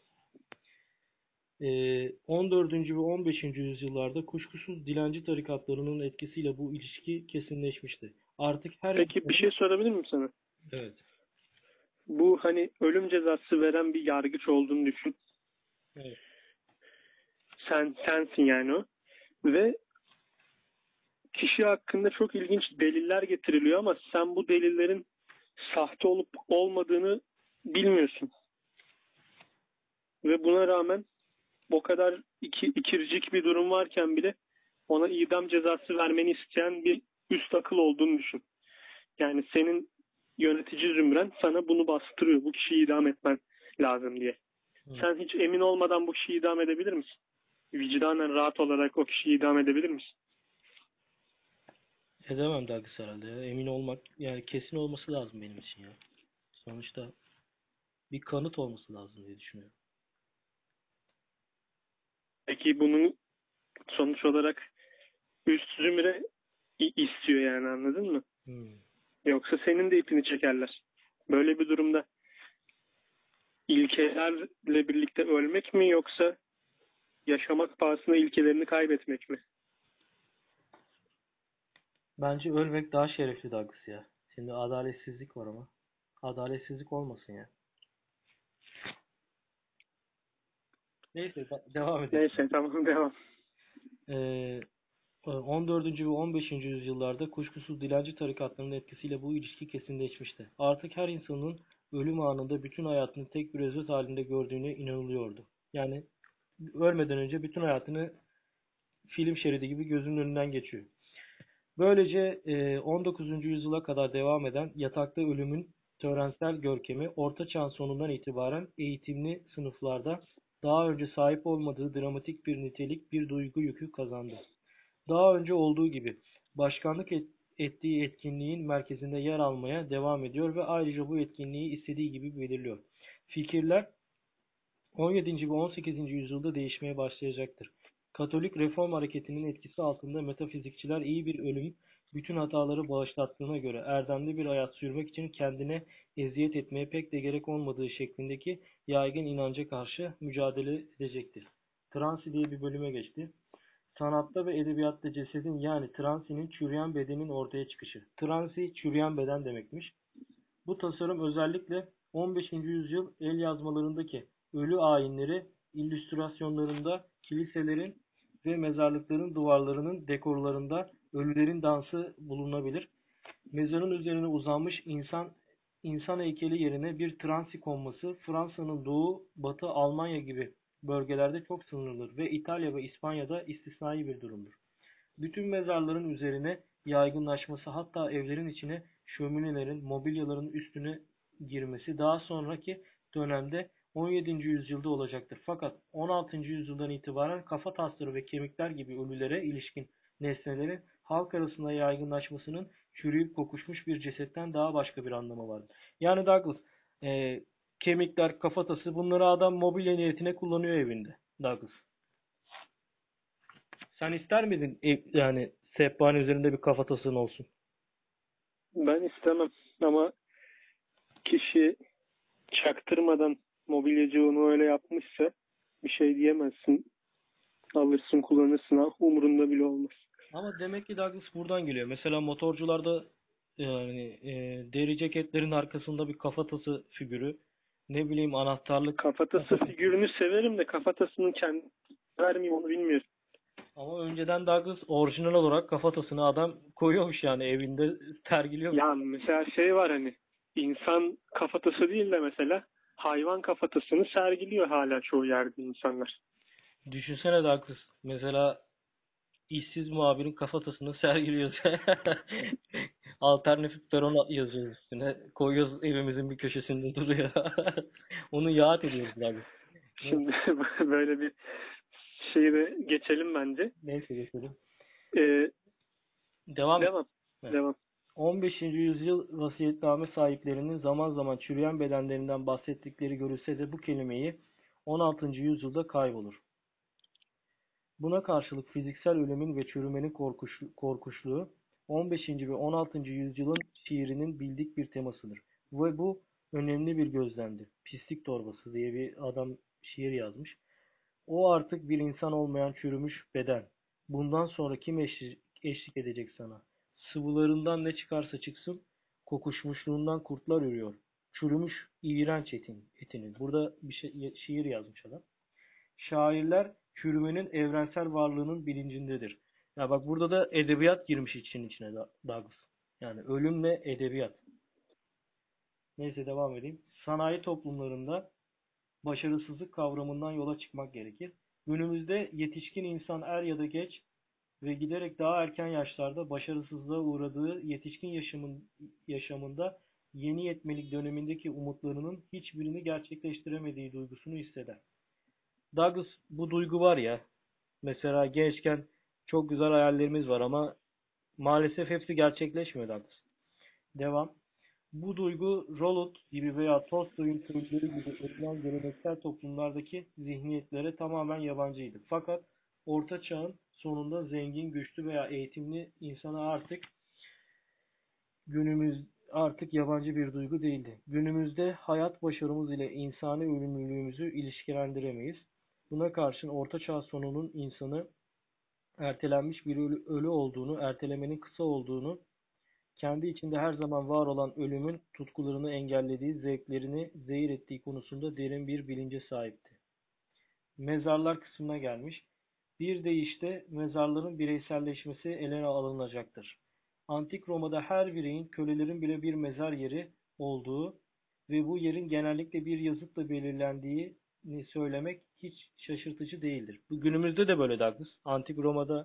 Ee, on dördüncü ve on beşinci yüzyıllarda kuşkusuz dilenci tarikatlarının etkisiyle bu ilişki kesinleşmişti. Artık her Peki bir şey sorabilir miyim sana? Evet. Bu hani ölüm cezası veren bir yargıç olduğunu düşün. Evet. Sen sensin yani o. Ve kişi hakkında çok ilginç deliller getiriliyor ama sen bu delillerin sahte olup olmadığını bilmiyorsun. Ve buna rağmen o kadar iki, ikircik bir durum varken bile ona idam cezası vermeni isteyen bir üst akıl olduğunu düşün. Yani senin yönetici zümren sana bunu bastırıyor. Bu kişiyi idam etmen lazım diye. Hı. Sen hiç emin olmadan bu kişiyi idam edebilir misin? Vicdanen rahat olarak o kişiyi idam edebilir misin? Edemem Douglas herhalde ya. Emin olmak yani kesin olması lazım benim için ya. Sonuçta bir kanıt olması lazım diye düşünüyorum. Peki bunun sonuç olarak üst zümre istiyor yani, anladın mı? Hmm. Yoksa senin de ipini çekerler. Böyle bir durumda ilkelerle birlikte ölmek mi yoksa yaşamak pahasına ilkelerini kaybetmek mi? Bence ölmek daha şerefli Douglas ya. Şimdi adaletsizlik var ama. Adaletsizlik olmasın ya. Neyse de- devam edelim. Neyse tamam, devam. Ee, on dördüncü ve on beşinci yüzyıllarda kuşkusuz dilenci tarikatlarının etkisiyle bu ilişki kesinleşmişti. Artık her insanın ölüm anında bütün hayatını tek bir özet halinde gördüğüne inanılıyordu. Yani ölmeden önce bütün hayatını film şeridi gibi gözünün önünden geçiyor. Böylece e, on dokuzuncu yüzyıla kadar devam eden yatakta ölümün törensel görkemi Orta Çağ'ın sonundan itibaren eğitimli sınıflarda daha önce sahip olmadığı dramatik bir nitelik, bir duygu yükü kazandı. Daha önce olduğu gibi başkanlık et, ettiği etkinliğin merkezinde yer almaya devam ediyor ve ayrıca bu etkinliği istediği gibi belirliyor. Fikirler on yedinci ve on sekizinci yüzyılda değişmeye başlayacaktır. Katolik Reform Hareketi'nin etkisi altında metafizikçiler iyi bir ölüm, bütün hataları bağışlattığına göre erdemli bir hayat sürmek için kendine eziyet etmeye pek de gerek olmadığı şeklindeki yaygın inanca karşı mücadele edecektir. Transi diye bir bölüme geçti. Sanatta ve edebiyatta cesedin yani transinin çürüyen bedenin ortaya çıkışı. Transi çürüyen beden demekmiş. Bu tasarım özellikle on beşinci yüzyıl el yazmalarındaki ölü ayinleri illüstrasyonlarında kiliselerin ve mezarlıkların duvarlarının dekorlarında ölülerin dansı bulunabilir. Mezarın üzerine uzanmış insan insan heykeli yerine bir transi konması Fransa'nın doğu, batı Almanya gibi bölgelerde çok sınırlıdır ve İtalya ve İspanya'da istisnai bir durumdur. Bütün mezarların üzerine yaygınlaşması hatta evlerin içine şöminelerin, mobilyaların üstüne girmesi daha sonraki dönemde on yedinci yüzyılda olacaktır. Fakat on altıncı yüzyıldan itibaren kafa tasları ve kemikler gibi ölülere ilişkin nesnelerin halk arasında yaygınlaşmasının çürüyüp kokuşmuş bir cesetten daha başka bir anlamı vardır. Yani Douglas, e, kemikler, kafatası bunları adam mobilya niyetine kullanıyor evinde. Douglas. Sen ister miydin ev- yani sehpanın üzerinde bir kafatasın olsun? Ben istemem ama kişi çaktırmadan mobilyacı onu öyle yapmışsa bir şey diyemezsin. Alırsın, kullanırsın, ha, umurunda bile olmaz. Ama demek ki Douglas buradan geliyor. Mesela motorcularda yani e, deri ceketlerin arkasında bir kafatası figürü. Ne bileyim anahtarlık. Kafatası figürünü severim de kafatasının kendi vermeyeyim onu bilmiyorum. Ama önceden Douglas orijinal olarak kafatasını adam koyuyormuş yani evinde sergiliyormuş. Ya mesela şey var, hani insan kafatası değil de mesela hayvan kafatasını sergiliyor hala çoğu yerde insanlar. Düşünsene Douglas. Mesela işsiz muhabirin kafatasını sergiliyoruz. Alternatif peron yazıyoruz üstüne. Koyuyoruz evimizin bir köşesinde duruyor. Onu yad ediyoruz abi. Neyse, Şimdi böyle bir şeyi de geçelim bence. neyse geçelim. Ee, Devam et. devam. Evet. Devam. on beşinci yüzyıl vasiyetname sahiplerinin zaman zaman çürüyen bedenlerinden bahsettikleri görülse de bu kelimeyi on altıncı yüzyılda kaybolur. Buna karşılık fiziksel ölümün ve çürümenin korkuş, korkuşluğu on beşinci ve on altıncı yüzyılın şiirinin bildik bir temasıdır. Ve bu önemli bir gözlemdi. Pislik torbası diye bir adam şiir yazmış. O artık bir insan olmayan çürümüş beden. Bundan sonra kim eşlik, eşlik edecek sana? Sıvılarından ne çıkarsa çıksın, kokuşmuşluğundan kurtlar ürüyor. Çürümüş, iğrenç etin, etinin. Burada bir şey, şiir yazmış adam. Şairler çürümenin evrensel varlığının bilincindedir. Ya bak burada da edebiyat girmiş için içine Da- Douglas. Yani ölümle edebiyat. Neyse devam edeyim. Sanayi toplumlarında başarısızlık kavramından yola çıkmak gerekir. Günümüzde yetişkin insan er ya da geç ve giderek daha erken yaşlarda başarısızlığa uğradığı yetişkin yaşamın, yaşamında yeni yetmelik dönemindeki umutlarının hiçbirini gerçekleştiremediği duygusunu hisseder. Douglas bu duygu var ya, mesela gençken çok güzel hayallerimiz var ama maalesef hepsi gerçekleşmiyor Douglas. Devam. Bu duygu Rollut gibi veya Tolstoy'un köylüleri gibi övülen geleneksel toplumlardaki zihniyetlere tamamen yabancıydı. Fakat Orta Çağ'ın sonunda zengin, güçlü veya eğitimli insana artık günümüz artık yabancı bir duygu değildi. Günümüzde hayat başarımız ile insani ölümlülüğümüzü ilişkilendiremeyiz. Buna karşın Orta Çağ sonunun insanı ertelenmiş bir ölü, ölü olduğunu, ertelemenin kısa olduğunu, kendi içinde her zaman var olan ölümün tutkularını engellediği, zevklerini zehir ettiği konusunda derin bir bilince sahipti. Mezarlar kısmına gelmiş. Bir deyişle mezarların bireyselleşmesi ele alınacaktır. Antik Roma'da her bireyin, kölelerin bile bir mezar yeri olduğu ve bu yerin genellikle bir yazıtla belirlendiğini söylemek hiç şaşırtıcı değildir. Bu günümüzde de böyle Douglas. Antik Roma'da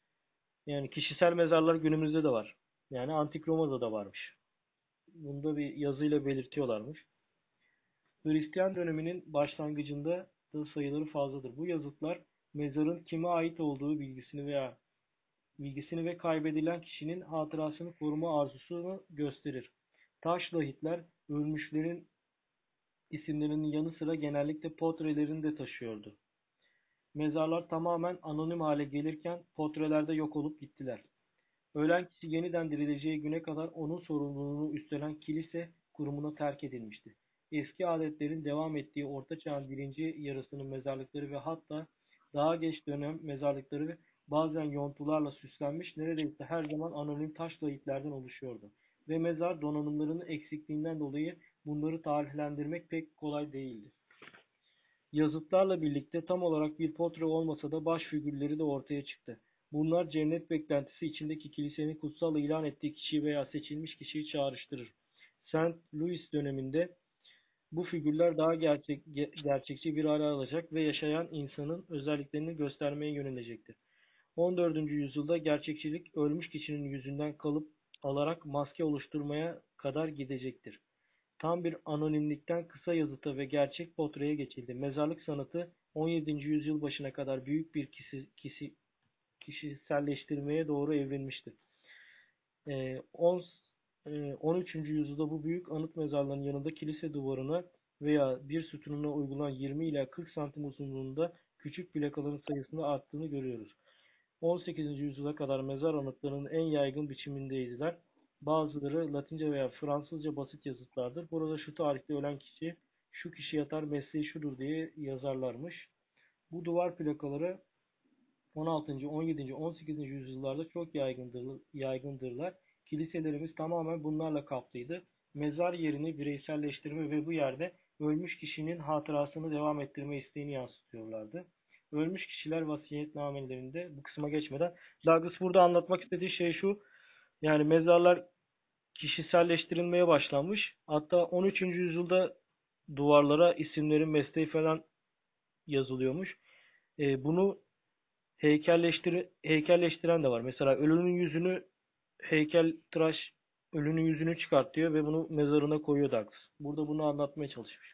yani kişisel mezarlar günümüzde de var. Yani Antik Roma'da da varmış. Bunda bir yazıyla belirtiyorlarmış. Hristiyan döneminin başlangıcında da sayıları fazladır. Bu yazıtlar mezarın kime ait olduğu bilgisini veya bilgisini ve kaybedilen kişinin hatırasını koruma arzusunu gösterir. Taş lahitler ölmüşlerin isimlerinin yanı sıra genellikle portrelerini de taşıyordu. Mezarlar tamamen anonim hale gelirken portreler de yok olup gittiler. Ölen kişi yeniden dirileceği güne kadar onun sorumluluğunu üstlenen kilise kurumuna terk edilmişti. Eski adetlerin devam ettiği Orta Çağ'ın birinci yarısının mezarlıkları ve hatta daha geç dönem mezarlıkları bazen yontularla süslenmiş, neredeyse her zaman anonim taş lahitlerden oluşuyordu. Ve mezar donanımlarının eksikliğinden dolayı bunları tarihlendirmek pek kolay değildi. Yazıtlarla birlikte tam olarak bir portre olmasa da baş figürleri de ortaya çıktı. Bunlar cennet beklentisi içindeki kilisenin kutsal ilan ettiği kişiyi veya seçilmiş kişiyi çağrıştırır. Saint Louis döneminde bu figürler daha gerçek, gerçekçi bir hale alacak ve yaşayan insanın özelliklerini göstermeye yönelecektir. on dördüncü yüzyılda gerçekçilik ölmüş kişinin yüzünden kalıp alarak maske oluşturmaya kadar gidecektir. Tam bir anonimlikten kısa yazıta ve gerçek portreye geçildi. Mezarlık sanatı on yedinci yüzyıl başına kadar büyük bir kişi, kişi, kişiselleştirmeye doğru evrilmişti. Ee, on, e, on üçüncü yüzyılda bu büyük anıt mezarların yanında kilise duvarına veya bir sütununa uygulanan yirmi ila kırk santim uzunluğunda küçük plakaların sayısını arttığını görüyoruz. on sekizinci yüzyıla kadar mezar anıtlarının en yaygın biçimindeydiler. Bazıları Latince veya Fransızca basit yazıtlardır. Burada şu tarihte ölen kişi, şu kişi yatar, mesleği şudur diye yazarlarmış. Bu duvar plakaları on altıncı, on yedinci, on sekizinci yüzyıllarda çok yaygındır, yaygındırlar. Kiliselerimiz tamamen bunlarla kaplıydı. Mezar yerini bireyselleştirme ve bu yerde ölmüş kişinin hatırasını devam ettirme isteğini yansıtıyorlardı. Ölmüş kişiler vasiyetnamelerinde bu kısma geçmeden Douglas burada anlatmak istediği şey şu. Yani mezarlar kişiselleştirilmeye başlanmış. Hatta on üçüncü yüzyılda duvarlara isimlerin mesleği falan yazılıyormuş. E, bunu heykelleştir heykelleştiren de var. Mesela ölünün yüzünü heykeltıraş ölünün yüzünü çıkartıyor ve bunu mezarına koyuyor Douglas. Burada bunu anlatmaya çalışmış.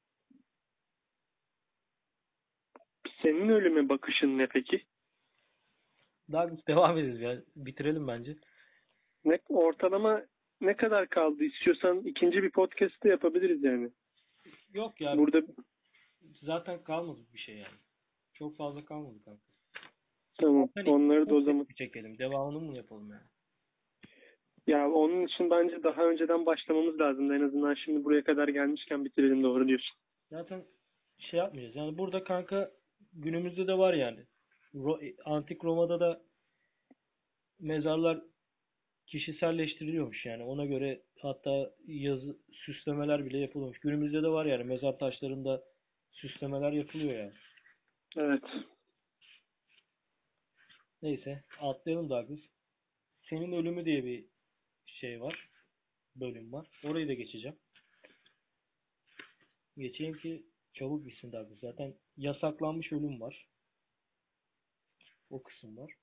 Senin ölüme bakışın ne peki? Douglas devam edelim ya. Bitirelim bence. Ne, ortalama ne kadar kaldı? İstiyorsan ikinci bir podcast da yapabiliriz yani. Yok ya. Burada Zaten kalmadı bir şey yani. Çok fazla kalmadı kanka. tamam. Hani Onları da o zaman. çekelim. Devamını mı yapalım yani? Ya onun için bence daha önceden başlamamız lazım. En azından şimdi buraya kadar gelmişken bitirelim, doğru diyorsun. Zaten şey yapmayacağız. Yani burada kanka günümüzde de var yani. Ro- Antik Roma'da da mezarlar kişiselleştiriliyormuş yani. Ona göre hatta yazı süslemeler bile yapılıyormuş. Günümüzde de var yani mezar taşlarında süslemeler yapılıyor yani. Evet. Neyse atlayalım Douglas. Senin ölümü diye bir şey var. Bölüm var. Orayı da geçeceğim. Geçeyim ki çabuk bitsin Douglas. Zaten yasaklanmış ölüm var. O kısım var.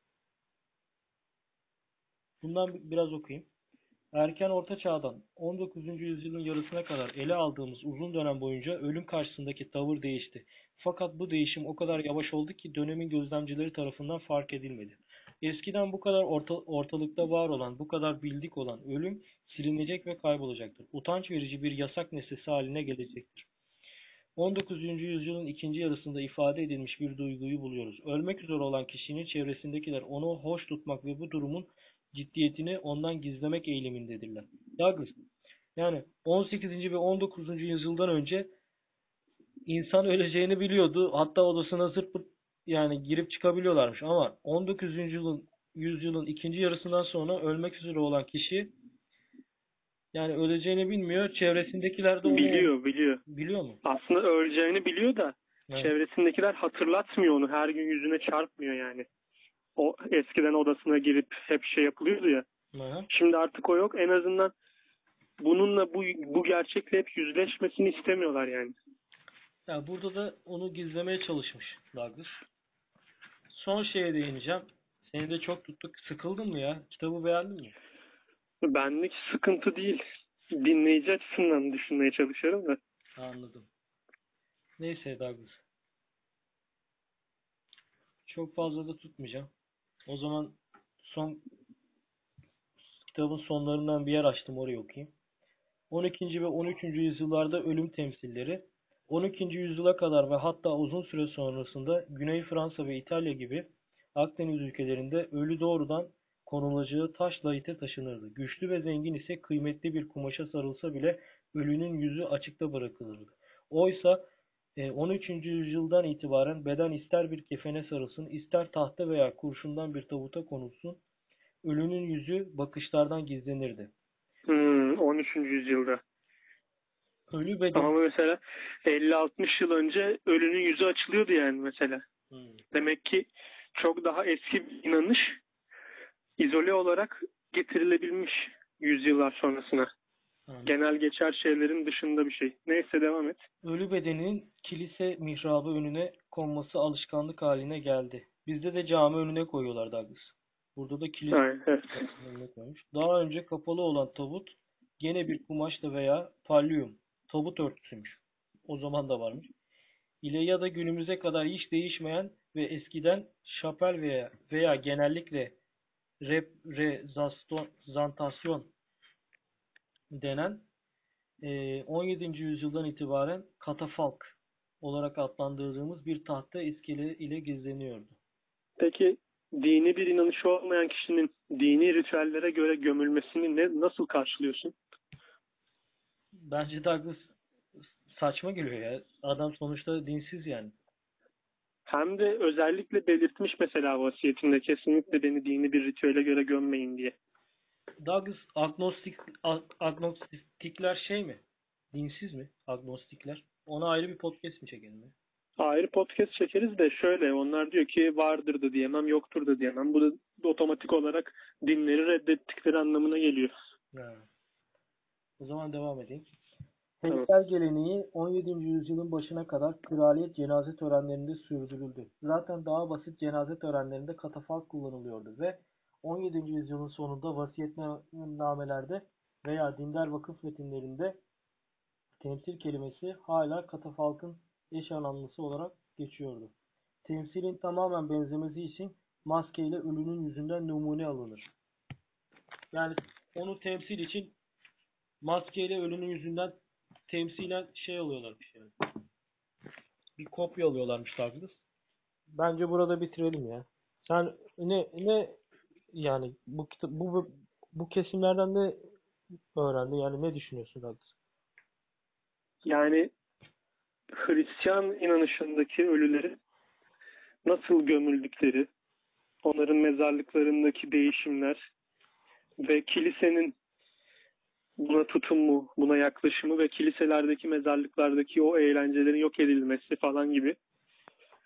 Bundan bi- biraz okuyayım. Erken Orta Çağ'dan on dokuzuncu yüzyılın yarısına kadar ele aldığımız uzun dönem boyunca ölüm karşısındaki tavır değişti. Fakat bu değişim o kadar yavaş oldu ki dönemin gözlemcileri tarafından fark edilmedi. Eskiden bu kadar orta, ortalıkta var olan, bu kadar bildik olan ölüm silinecek ve kaybolacaktır. Utanç verici bir yasak nesnesi haline gelecektir. on dokuzuncu yüzyılın ikinci yarısında ifade edilmiş bir duyguyu buluyoruz. Ölmek üzere olan kişinin çevresindekiler onu hoş tutmak ve bu durumun ciddiyetini ondan gizlemek eğilimindedirler. Douglas, yani on sekizinci ve on dokuzuncu yüzyıldan önce insan öleceğini biliyordu. Hatta odasına zırt pırt yani girip çıkabiliyorlarmış. Ama on dokuzuncu yüzyılın, yüzyılın ikinci yarısından sonra ölmek üzere olan kişi yani öleceğini bilmiyor. Çevresindekiler de onu Biliyor, biliyor. biliyor mu? Aslında öleceğini biliyor da Evet. çevresindekiler hatırlatmıyor onu. Her gün yüzüne çarpmıyor yani. O eskiden odasına girip hep şey yapılıyordu ya. Aha. Şimdi artık o yok. En azından bununla bu bu gerçekle hep yüzleşmesini istemiyorlar yani. Ya burada da onu gizlemeye çalışmış Douglas. Son şeye değineceğim. Seni de çok tuttuk. Sıkıldın mı ya? Kitabı beğendin mi? Benlik sıkıntı değil. Dinleyici açısından düşünmeye çalışıyorum da. Anladım. Neyse Douglas. Çok fazla da tutmayacağım. O zaman son kitabın sonlarından bir yer açtım, orayı okuyayım. on ikinci ve on üçüncü yüzyıllarda ölüm temsilleri, on ikinci yüzyıla kadar ve hatta uzun süre sonrasında Güney Fransa ve İtalya gibi Akdeniz ülkelerinde ölü doğrudan konulacağı taşla ite taşınırdı. Güçlü ve zengin ise kıymetli bir kumaşa sarılsa bile ölünün yüzü açıkta bırakılırdı. Oysa e, on üçüncü yüzyıldan itibaren beden ister bir kefene sarılsın, ister tahta veya kurşundan bir tabuta konulsun, ölünün yüzü bakışlardan gizlenirdi. Hmm, on üçüncü yüzyılda. Ölü beden. Ama mesela elli altmış yıl önce ölünün yüzü açılıyordu yani mesela. Hmm. Demek ki çok daha eski bir inanış izole olarak getirilebilmiş yüzyıllar sonrasına. Yani Genel geçer şeylerin dışında bir şey. Neyse devam et. ölü bedeninin kilise mihrabı önüne konması alışkanlık haline geldi. Bizde de cami önüne koyuyorlar Douglas. Burada da kilise Aynen, evet. önüne koymuş. Daha önce kapalı olan tabut gene bir kumaşla veya pallium, tabut örtüsüymüş. O zaman da varmış. İle ya da günümüze kadar hiç değişmeyen ve eskiden şapel veya veya genellikle reprezentasyon denen e, on yedinci yüzyıldan itibaren katafalk olarak adlandırdığımız bir tahta iskele ile gizleniyordu. Peki dini bir inanışı olmayan kişinin dini ritüellere göre gömülmesini ne, nasıl karşılıyorsun? Bence Douglas saçma geliyor ya. Adam sonuçta dinsiz yani. Hem de özellikle belirtmiş mesela vasiyetinde kesinlikle beni dini bir ritüele göre gömmeyin diye. Douglas agnostik ag- agnostikler şey mi? Dinsiz mi? Agnostikler. Ona ayrı bir podcast mi çekelim ya? Ayrı podcast çekeriz de şöyle onlar diyor ki vardır da diyemem yoktur da diyemem. Bu da otomatik olarak dinleri reddettikleri anlamına geliyor. Ha. O zaman devam edeyim. Tamam. Heykel geleneği on yedinci yüzyılın başına kadar kraliyet cenaze törenlerinde sürdürüldü. Zaten daha basit cenaze törenlerinde katafalk kullanılıyordu ve on yedinci yüzyılın sonunda vasiyetnamelerde veya dindar vakıf metinlerinde temsil kelimesi hala katafalkın eş anlamlısı olarak geçiyordu. Temsilin tamamen benzemesi için maskeyle ölünün yüzünden numune alınır. Yani onu temsil için maskeyle ölünün yüzünden temsilen şey alıyorlarmış yani. Bir kopya alıyorlarmış Douglas. Bence burada bitirelim ya. Sen ne ne yani bu kitap bu bu, bu kesimlerden ne öğrendin? Yani ne düşünüyorsun Douglas? Yani Hristiyan inanışındaki ölüleri nasıl gömüldükleri, onların mezarlıklarındaki değişimler ve kilisenin buna tutumu, buna yaklaşımı ve kiliselerdeki mezarlıklardaki o eğlencelerin yok edilmesi falan gibi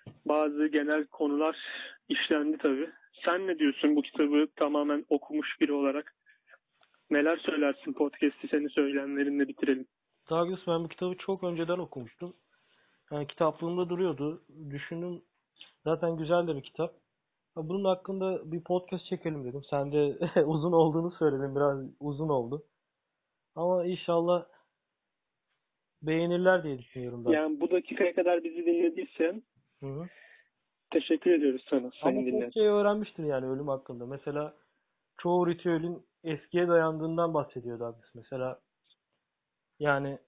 bazı genel konular işlendi tabii. Sen ne diyorsun bu kitabı tamamen okumuş biri olarak? Neler söylersin podcast'i senin söylemlerinle bitirelim. Douglas, ben bu kitabı çok önceden okumuştum. Yani kitaplığımda duruyordu. Düşündüm, zaten güzel de bir kitap. Ha, bunun hakkında bir podcast çekelim dedim. Sen de uzun olduğunu söyledin. Biraz uzun oldu. Ama inşallah beğenirler diye düşünüyorum ben. Yani bu dakikaya kadar bizi dinlediysen Hı hı. teşekkür ediyoruz sana Ama sayın çok dinleyen. şey öğrenmiştir yani ölüm hakkında. Mesela çoğu ritüelin eskiye dayandığından bahsediyor Douglas. Mesela yani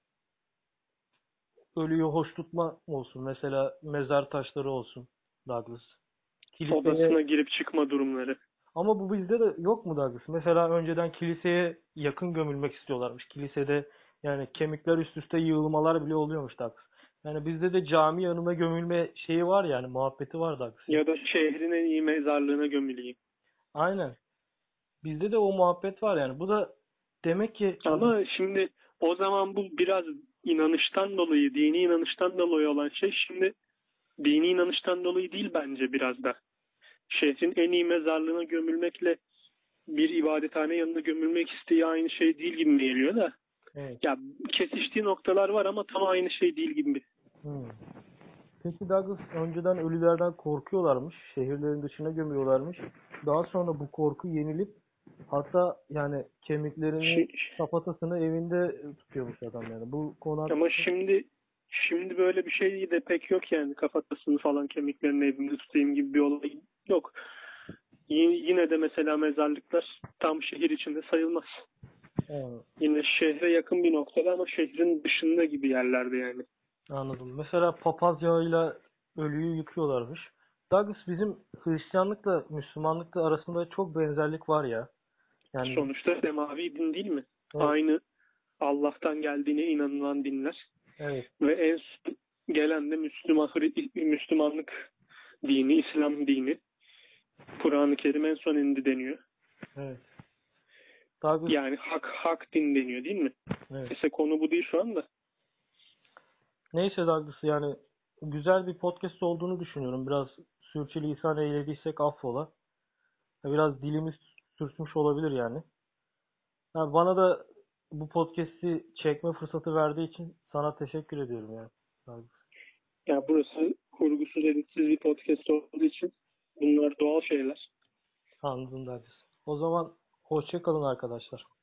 ölüyü hoş tutma olsun. Mesela mezar taşları olsun Douglas. Kiliseye. Odasına girip çıkma durumları. Ama bu bizde de yok mu Douglas? Mesela önceden kiliseye yakın gömülmek istiyorlarmış. Kilisede yani kemikler üst üste yığılmalar bile oluyormuş Douglas. Yani bizde de cami yanına gömülme şeyi var yani muhabbeti var Douglas. Ya da şehrin en iyi mezarlığına gömüleyim. Aynen. Bizde de o muhabbet var yani. Bu da demek ki Ama şimdi o zaman bu biraz inanıştan dolayı, dini inanıştan dolayı olan şey şimdi dini inanıştan dolayı değil bence biraz da. Şehrin en iyi mezarlığına gömülmekle bir ibadethane yanına gömülmek isteği aynı şey değil gibi mi geliyor da. evet. Ya kesiştiği noktalar var ama tam aynı şey değil gibi. Hmm. Peki Douglas, önceden ölülerden korkuyorlarmış. Şehirlerin dışına gömüyorlarmış. Daha sonra bu korku yenilip hatta yani kemiklerini, Şi- kafatasını evinde tutuyormuş adam yani. Bu konu Ama hakkında. şimdi şimdi böyle bir şey de pek yok yani kafatasını falan kemiklerini evimde tutayım gibi bir olay yok. Y- Yine de mesela mezarlıklar tam şehir içinde sayılmaz. Evet, Yine şehre yakın bir noktada ama şehrin dışında gibi yerlerde yani. anladım. Mesela papaz yağıyla ölüyü yıkıyorlarmış. Douglas, bizim Hristiyanlıkla Müslümanlıkla arasında çok benzerlik var ya. Yani Sonuçta semavi din değil mi? evet, Aynı Allah'tan geldiğine inanılan dinler. evet, Ve en son gelen de Müslüman, Hri- Müslümanlık dini, İslam dini. Kur'an-ı Kerim en son indi deniyor. evet. Douglas, Yani hak hak din deniyor değil mi? evet. Neyse konu bu değil şu anda. Neyse Douglas, yani güzel bir podcast olduğunu düşünüyorum. Biraz sürçülisan eylediysek affola. Biraz dilimiz sürçmüş olabilir yani. Ha, bana da bu podcast'i çekme fırsatı verdiği için sana teşekkür ediyorum yani. Douglas. Yani burası kurgusuz editsiz bir podcast olduğu için bunlar doğal şeyler. Anladım Douglas. O zaman hoşça kalın arkadaşlar.